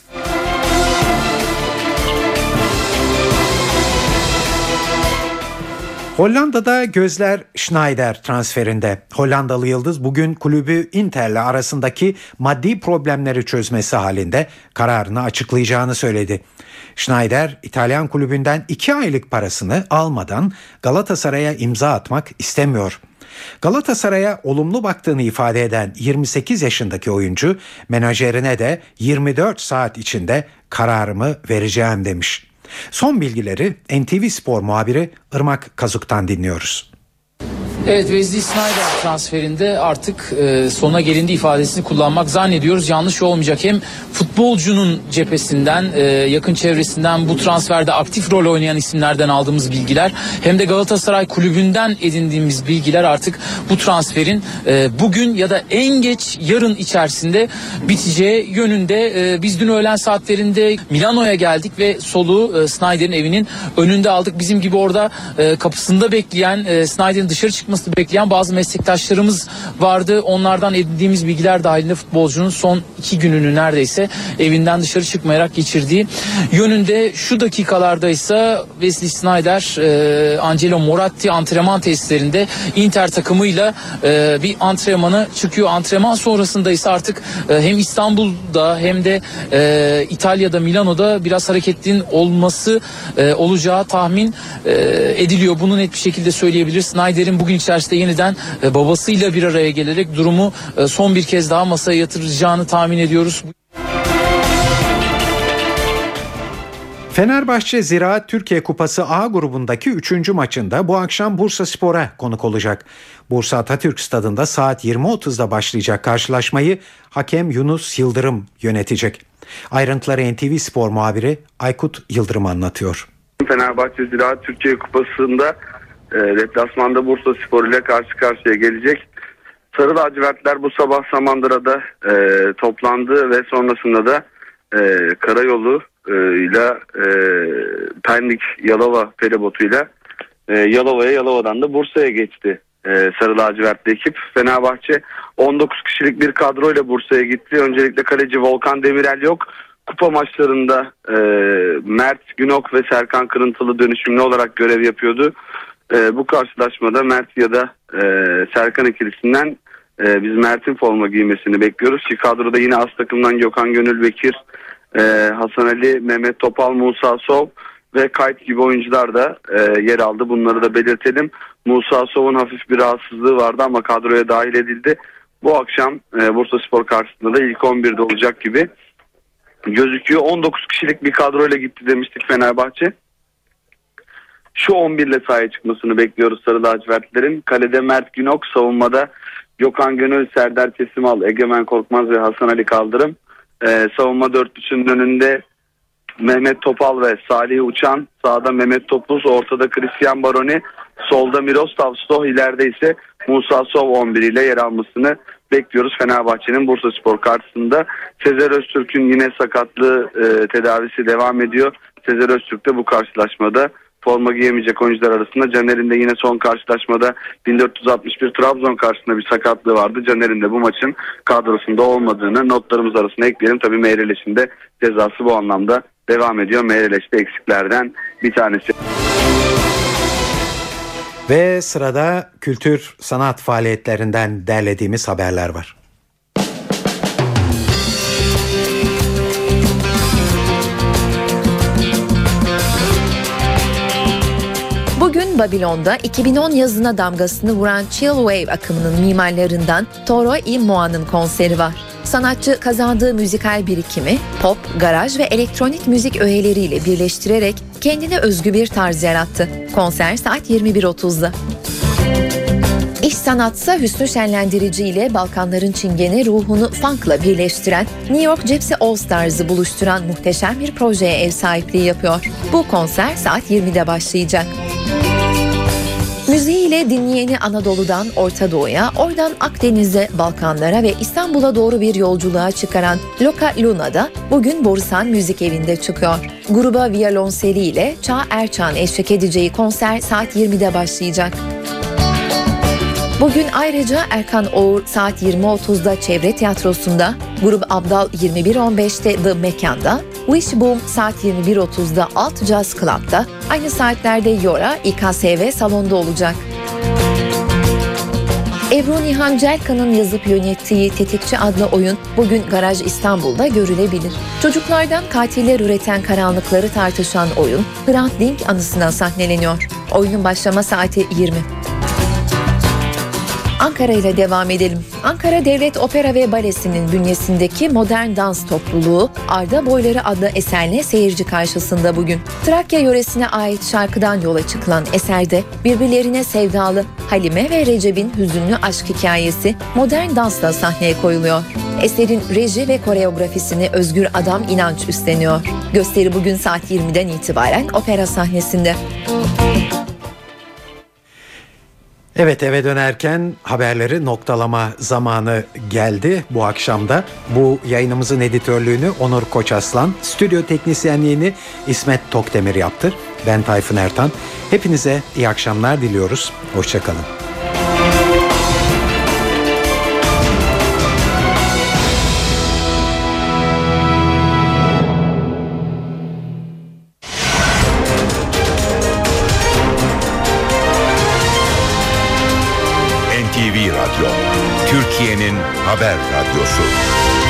Hollanda'da gözler Sneijder transferinde. Hollandalı yıldız bugün kulübü Inter'le arasındaki maddi problemleri çözmesi halinde kararını açıklayacağını söyledi. Sneijder, İtalyan kulübünden iki aylık parasını almadan Galatasaray'a imza atmak istemiyor. Galatasaray'a olumlu baktığını ifade eden yirmi sekiz yaşındaki oyuncu, menajerine de yirmi dört saat içinde kararımı vereceğim demiş. Son bilgileri N T V Spor muhabiri Irmak Kazuk'tan dinliyoruz. Evet, Wesley Sneijder transferinde artık e, sona gelindi ifadesini kullanmak zannediyoruz yanlış olmayacak. Hem futbolcunun cephesinden, e, yakın çevresinden, bu transferde aktif rol oynayan isimlerden aldığımız bilgiler, hem de Galatasaray kulübünden edindiğimiz bilgiler artık bu transferin e, bugün ya da en geç yarın içerisinde biteceği yönünde. E, biz dün öğlen saatlerinde Milano'ya geldik ve soluğu e, Sneijder'in evinin önünde aldık. Bizim gibi orada e, kapısında bekleyen, e, Sneijder'in dışarı çıkması bekleyen bazı meslektaşlarımız vardı. Onlardan edindiğimiz bilgiler dahilinde futbolcunun son iki gününü neredeyse evinden dışarı çıkmayarak geçirdiği yönünde. Şu dakikalarda ise Wesley Sneijder e, Angelo Moratti antrenman testlerinde Inter takımıyla e, bir antrenmana çıkıyor. Antrenman sonrasında ise artık e, hem İstanbul'da hem de e, İtalya'da, Milano'da biraz hareketin olması e, olacağı tahmin e, ediliyor. Bunu net bir şekilde söyleyebiliriz. Sneijder'in bugün içerisinde yeniden e, babasıyla bir araya gelerek durumu e, son bir kez daha masaya yatıracağını tahmin ediyoruz. Fenerbahçe Ziraat Türkiye Kupası A grubundaki üçüncü maçında bu akşam Bursaspor'a konuk olacak. Bursa Atatürk Stadı'nda saat yirmi otuzda başlayacak karşılaşmayı hakem Yunus Yıldırım yönetecek. Ayrıntıları N T V Spor muhabiri Aykut Yıldırım anlatıyor. Fenerbahçe Ziraat Türkiye Kupası'nda e, deplasmanda Bursaspor ile karşı karşıya gelecek. Sarı lacivertler bu sabah Samandıra'da e, toplandı ve sonrasında da e, karayolu e, ile e, Pendik Yalova feribotuyla e, Yalova'ya, Yalova'dan da Bursa'ya geçti e, Sarı lacivertli ekip. Fenerbahçe on dokuz kişilik bir kadroyla Bursa'ya gitti. Öncelikle kaleci Volkan Demirel yok. Kupa maçlarında e, Mert Günok ve Serkan Kırıntılı dönüşümlü olarak görev yapıyordu. E, bu karşılaşmada Mert ya da e, Serkan ikilisinden e, biz Mert'in forma giymesini bekliyoruz. Ki kadroda yine az takımdan Gökhan Gönül Bekir, e, Hasan Ali, Mehmet Topal, Musa Sov ve Kayt gibi oyuncular da e, yer aldı. Bunları da belirtelim. Musa Sov'un hafif bir rahatsızlığı vardı ama kadroya dahil edildi. Bu akşam e, Bursaspor karşısında da ilk on birde olacak gibi gözüküyor. on dokuz kişilik bir kadroyla gitti demiştik Fenerbahçe. Şu on bir ile sahaya çıkmasını bekliyoruz Sarı lacivertlerin. Kalede Mert Günok, savunmada Gökhan Gönül, Serdar Tesimal, Egemen Korkmaz ve Hasan Ali Kaldırım. Ee, savunma dörtlüsünün önünde Mehmet Topal ve Salih Uçan, sağda Mehmet Topuz, ortada Christian Baroni, solda Miroslav Stoh, ileride ise Musa Sov on bir ile yer almasını bekliyoruz Fenerbahçe'nin Bursaspor karşısında. Sezer Öztürk'ün yine sakatlığı e, tedavisi devam ediyor. Sezer Öztürk de bu karşılaşmada forma giyemeyecek oyuncular arasında. Caner'in de yine son karşılaşmada bin dört yüz altmış bir Trabzon karşısında bir sakatlığı vardı. Caner'in de bu maçın kadrosunda olmadığını notlarımız arasında ekleyelim. Tabii Meyreleş'in de cezası bu anlamda devam ediyor. Meyreleş de eksiklerden bir tanesi. Ve sırada kültür sanat faaliyetlerinden derlediğimiz haberler var. Bugün Babilon'da iki bin on yazına damgasını vuran Chill Wave akımının mimarlarından Toro y Moa'nın konseri var. Sanatçı kazandığı müzikal birikimi pop, garaj ve elektronik müzik öğeleriyle birleştirerek kendine özgü bir tarz yarattı. Konser saat yirmi bir otuzda. İş sanatsa hüsnü şenlendirici ile Balkanların çingene ruhunu funk'la birleştiren, New York Gypsy All Stars'ı buluşturan muhteşem bir projeye ev sahipliği yapıyor. Bu konser saat yirmide başlayacak. Müziğiyle dinleyeni Anadolu'dan Orta Doğu'ya, oradan Akdeniz'e, Balkanlara ve İstanbul'a doğru bir yolculuğa çıkaran Loka Luna'da bugün Borusan Müzik Evi'nde çıkıyor. Gruba viyolonseli ile Çağ Erçan eşlik edeceği konser saat yirmide başlayacak. Bugün ayrıca Erkan Oğur saat yirmi otuzda Çevre Tiyatrosu'nda, Grup Abdal yirmi bir on beşte The Mekan'da, Wish Boom saat yirmi bir otuzda Alt Jazz Club'da, aynı saatlerde Yora İ K S V salonda olacak. Ebru Nihan Celkan'ın yazıp yönettiği Tetikçi adlı oyun bugün Garaj İstanbul'da görülebilir. Çocuklardan katiller üreten karanlıkları tartışan oyun Hrant Dink anısına sahneleniyor. Oyunun başlama saati yirmi. Ankara ile devam edelim. Ankara Devlet Opera ve Balesi'nin bünyesindeki modern dans topluluğu Arda Boyları adlı eserle seyirci karşısında bugün. Trakya yöresine ait şarkıdan yola çıkılan eserde birbirlerine sevdalı Halime ve Recep'in hüzünlü aşk hikayesi modern dansla sahneye koyuluyor. Eserin reji ve koreografisini Özgür Adam İnanç üstleniyor. Gösteri bugün saat yirmiden itibaren opera sahnesinde. Evet, eve dönerken haberleri noktalama zamanı geldi bu akşamda. Bu yayınımızın editörlüğünü Onur Koçaslan, stüdyo teknisyenliğini İsmet Tokdemir yaptı. Ben Tayfun Ertan. Hepinize iyi akşamlar diliyoruz. Hoşçakalın. N T V Radyo, Türkiye'nin haber radyosu.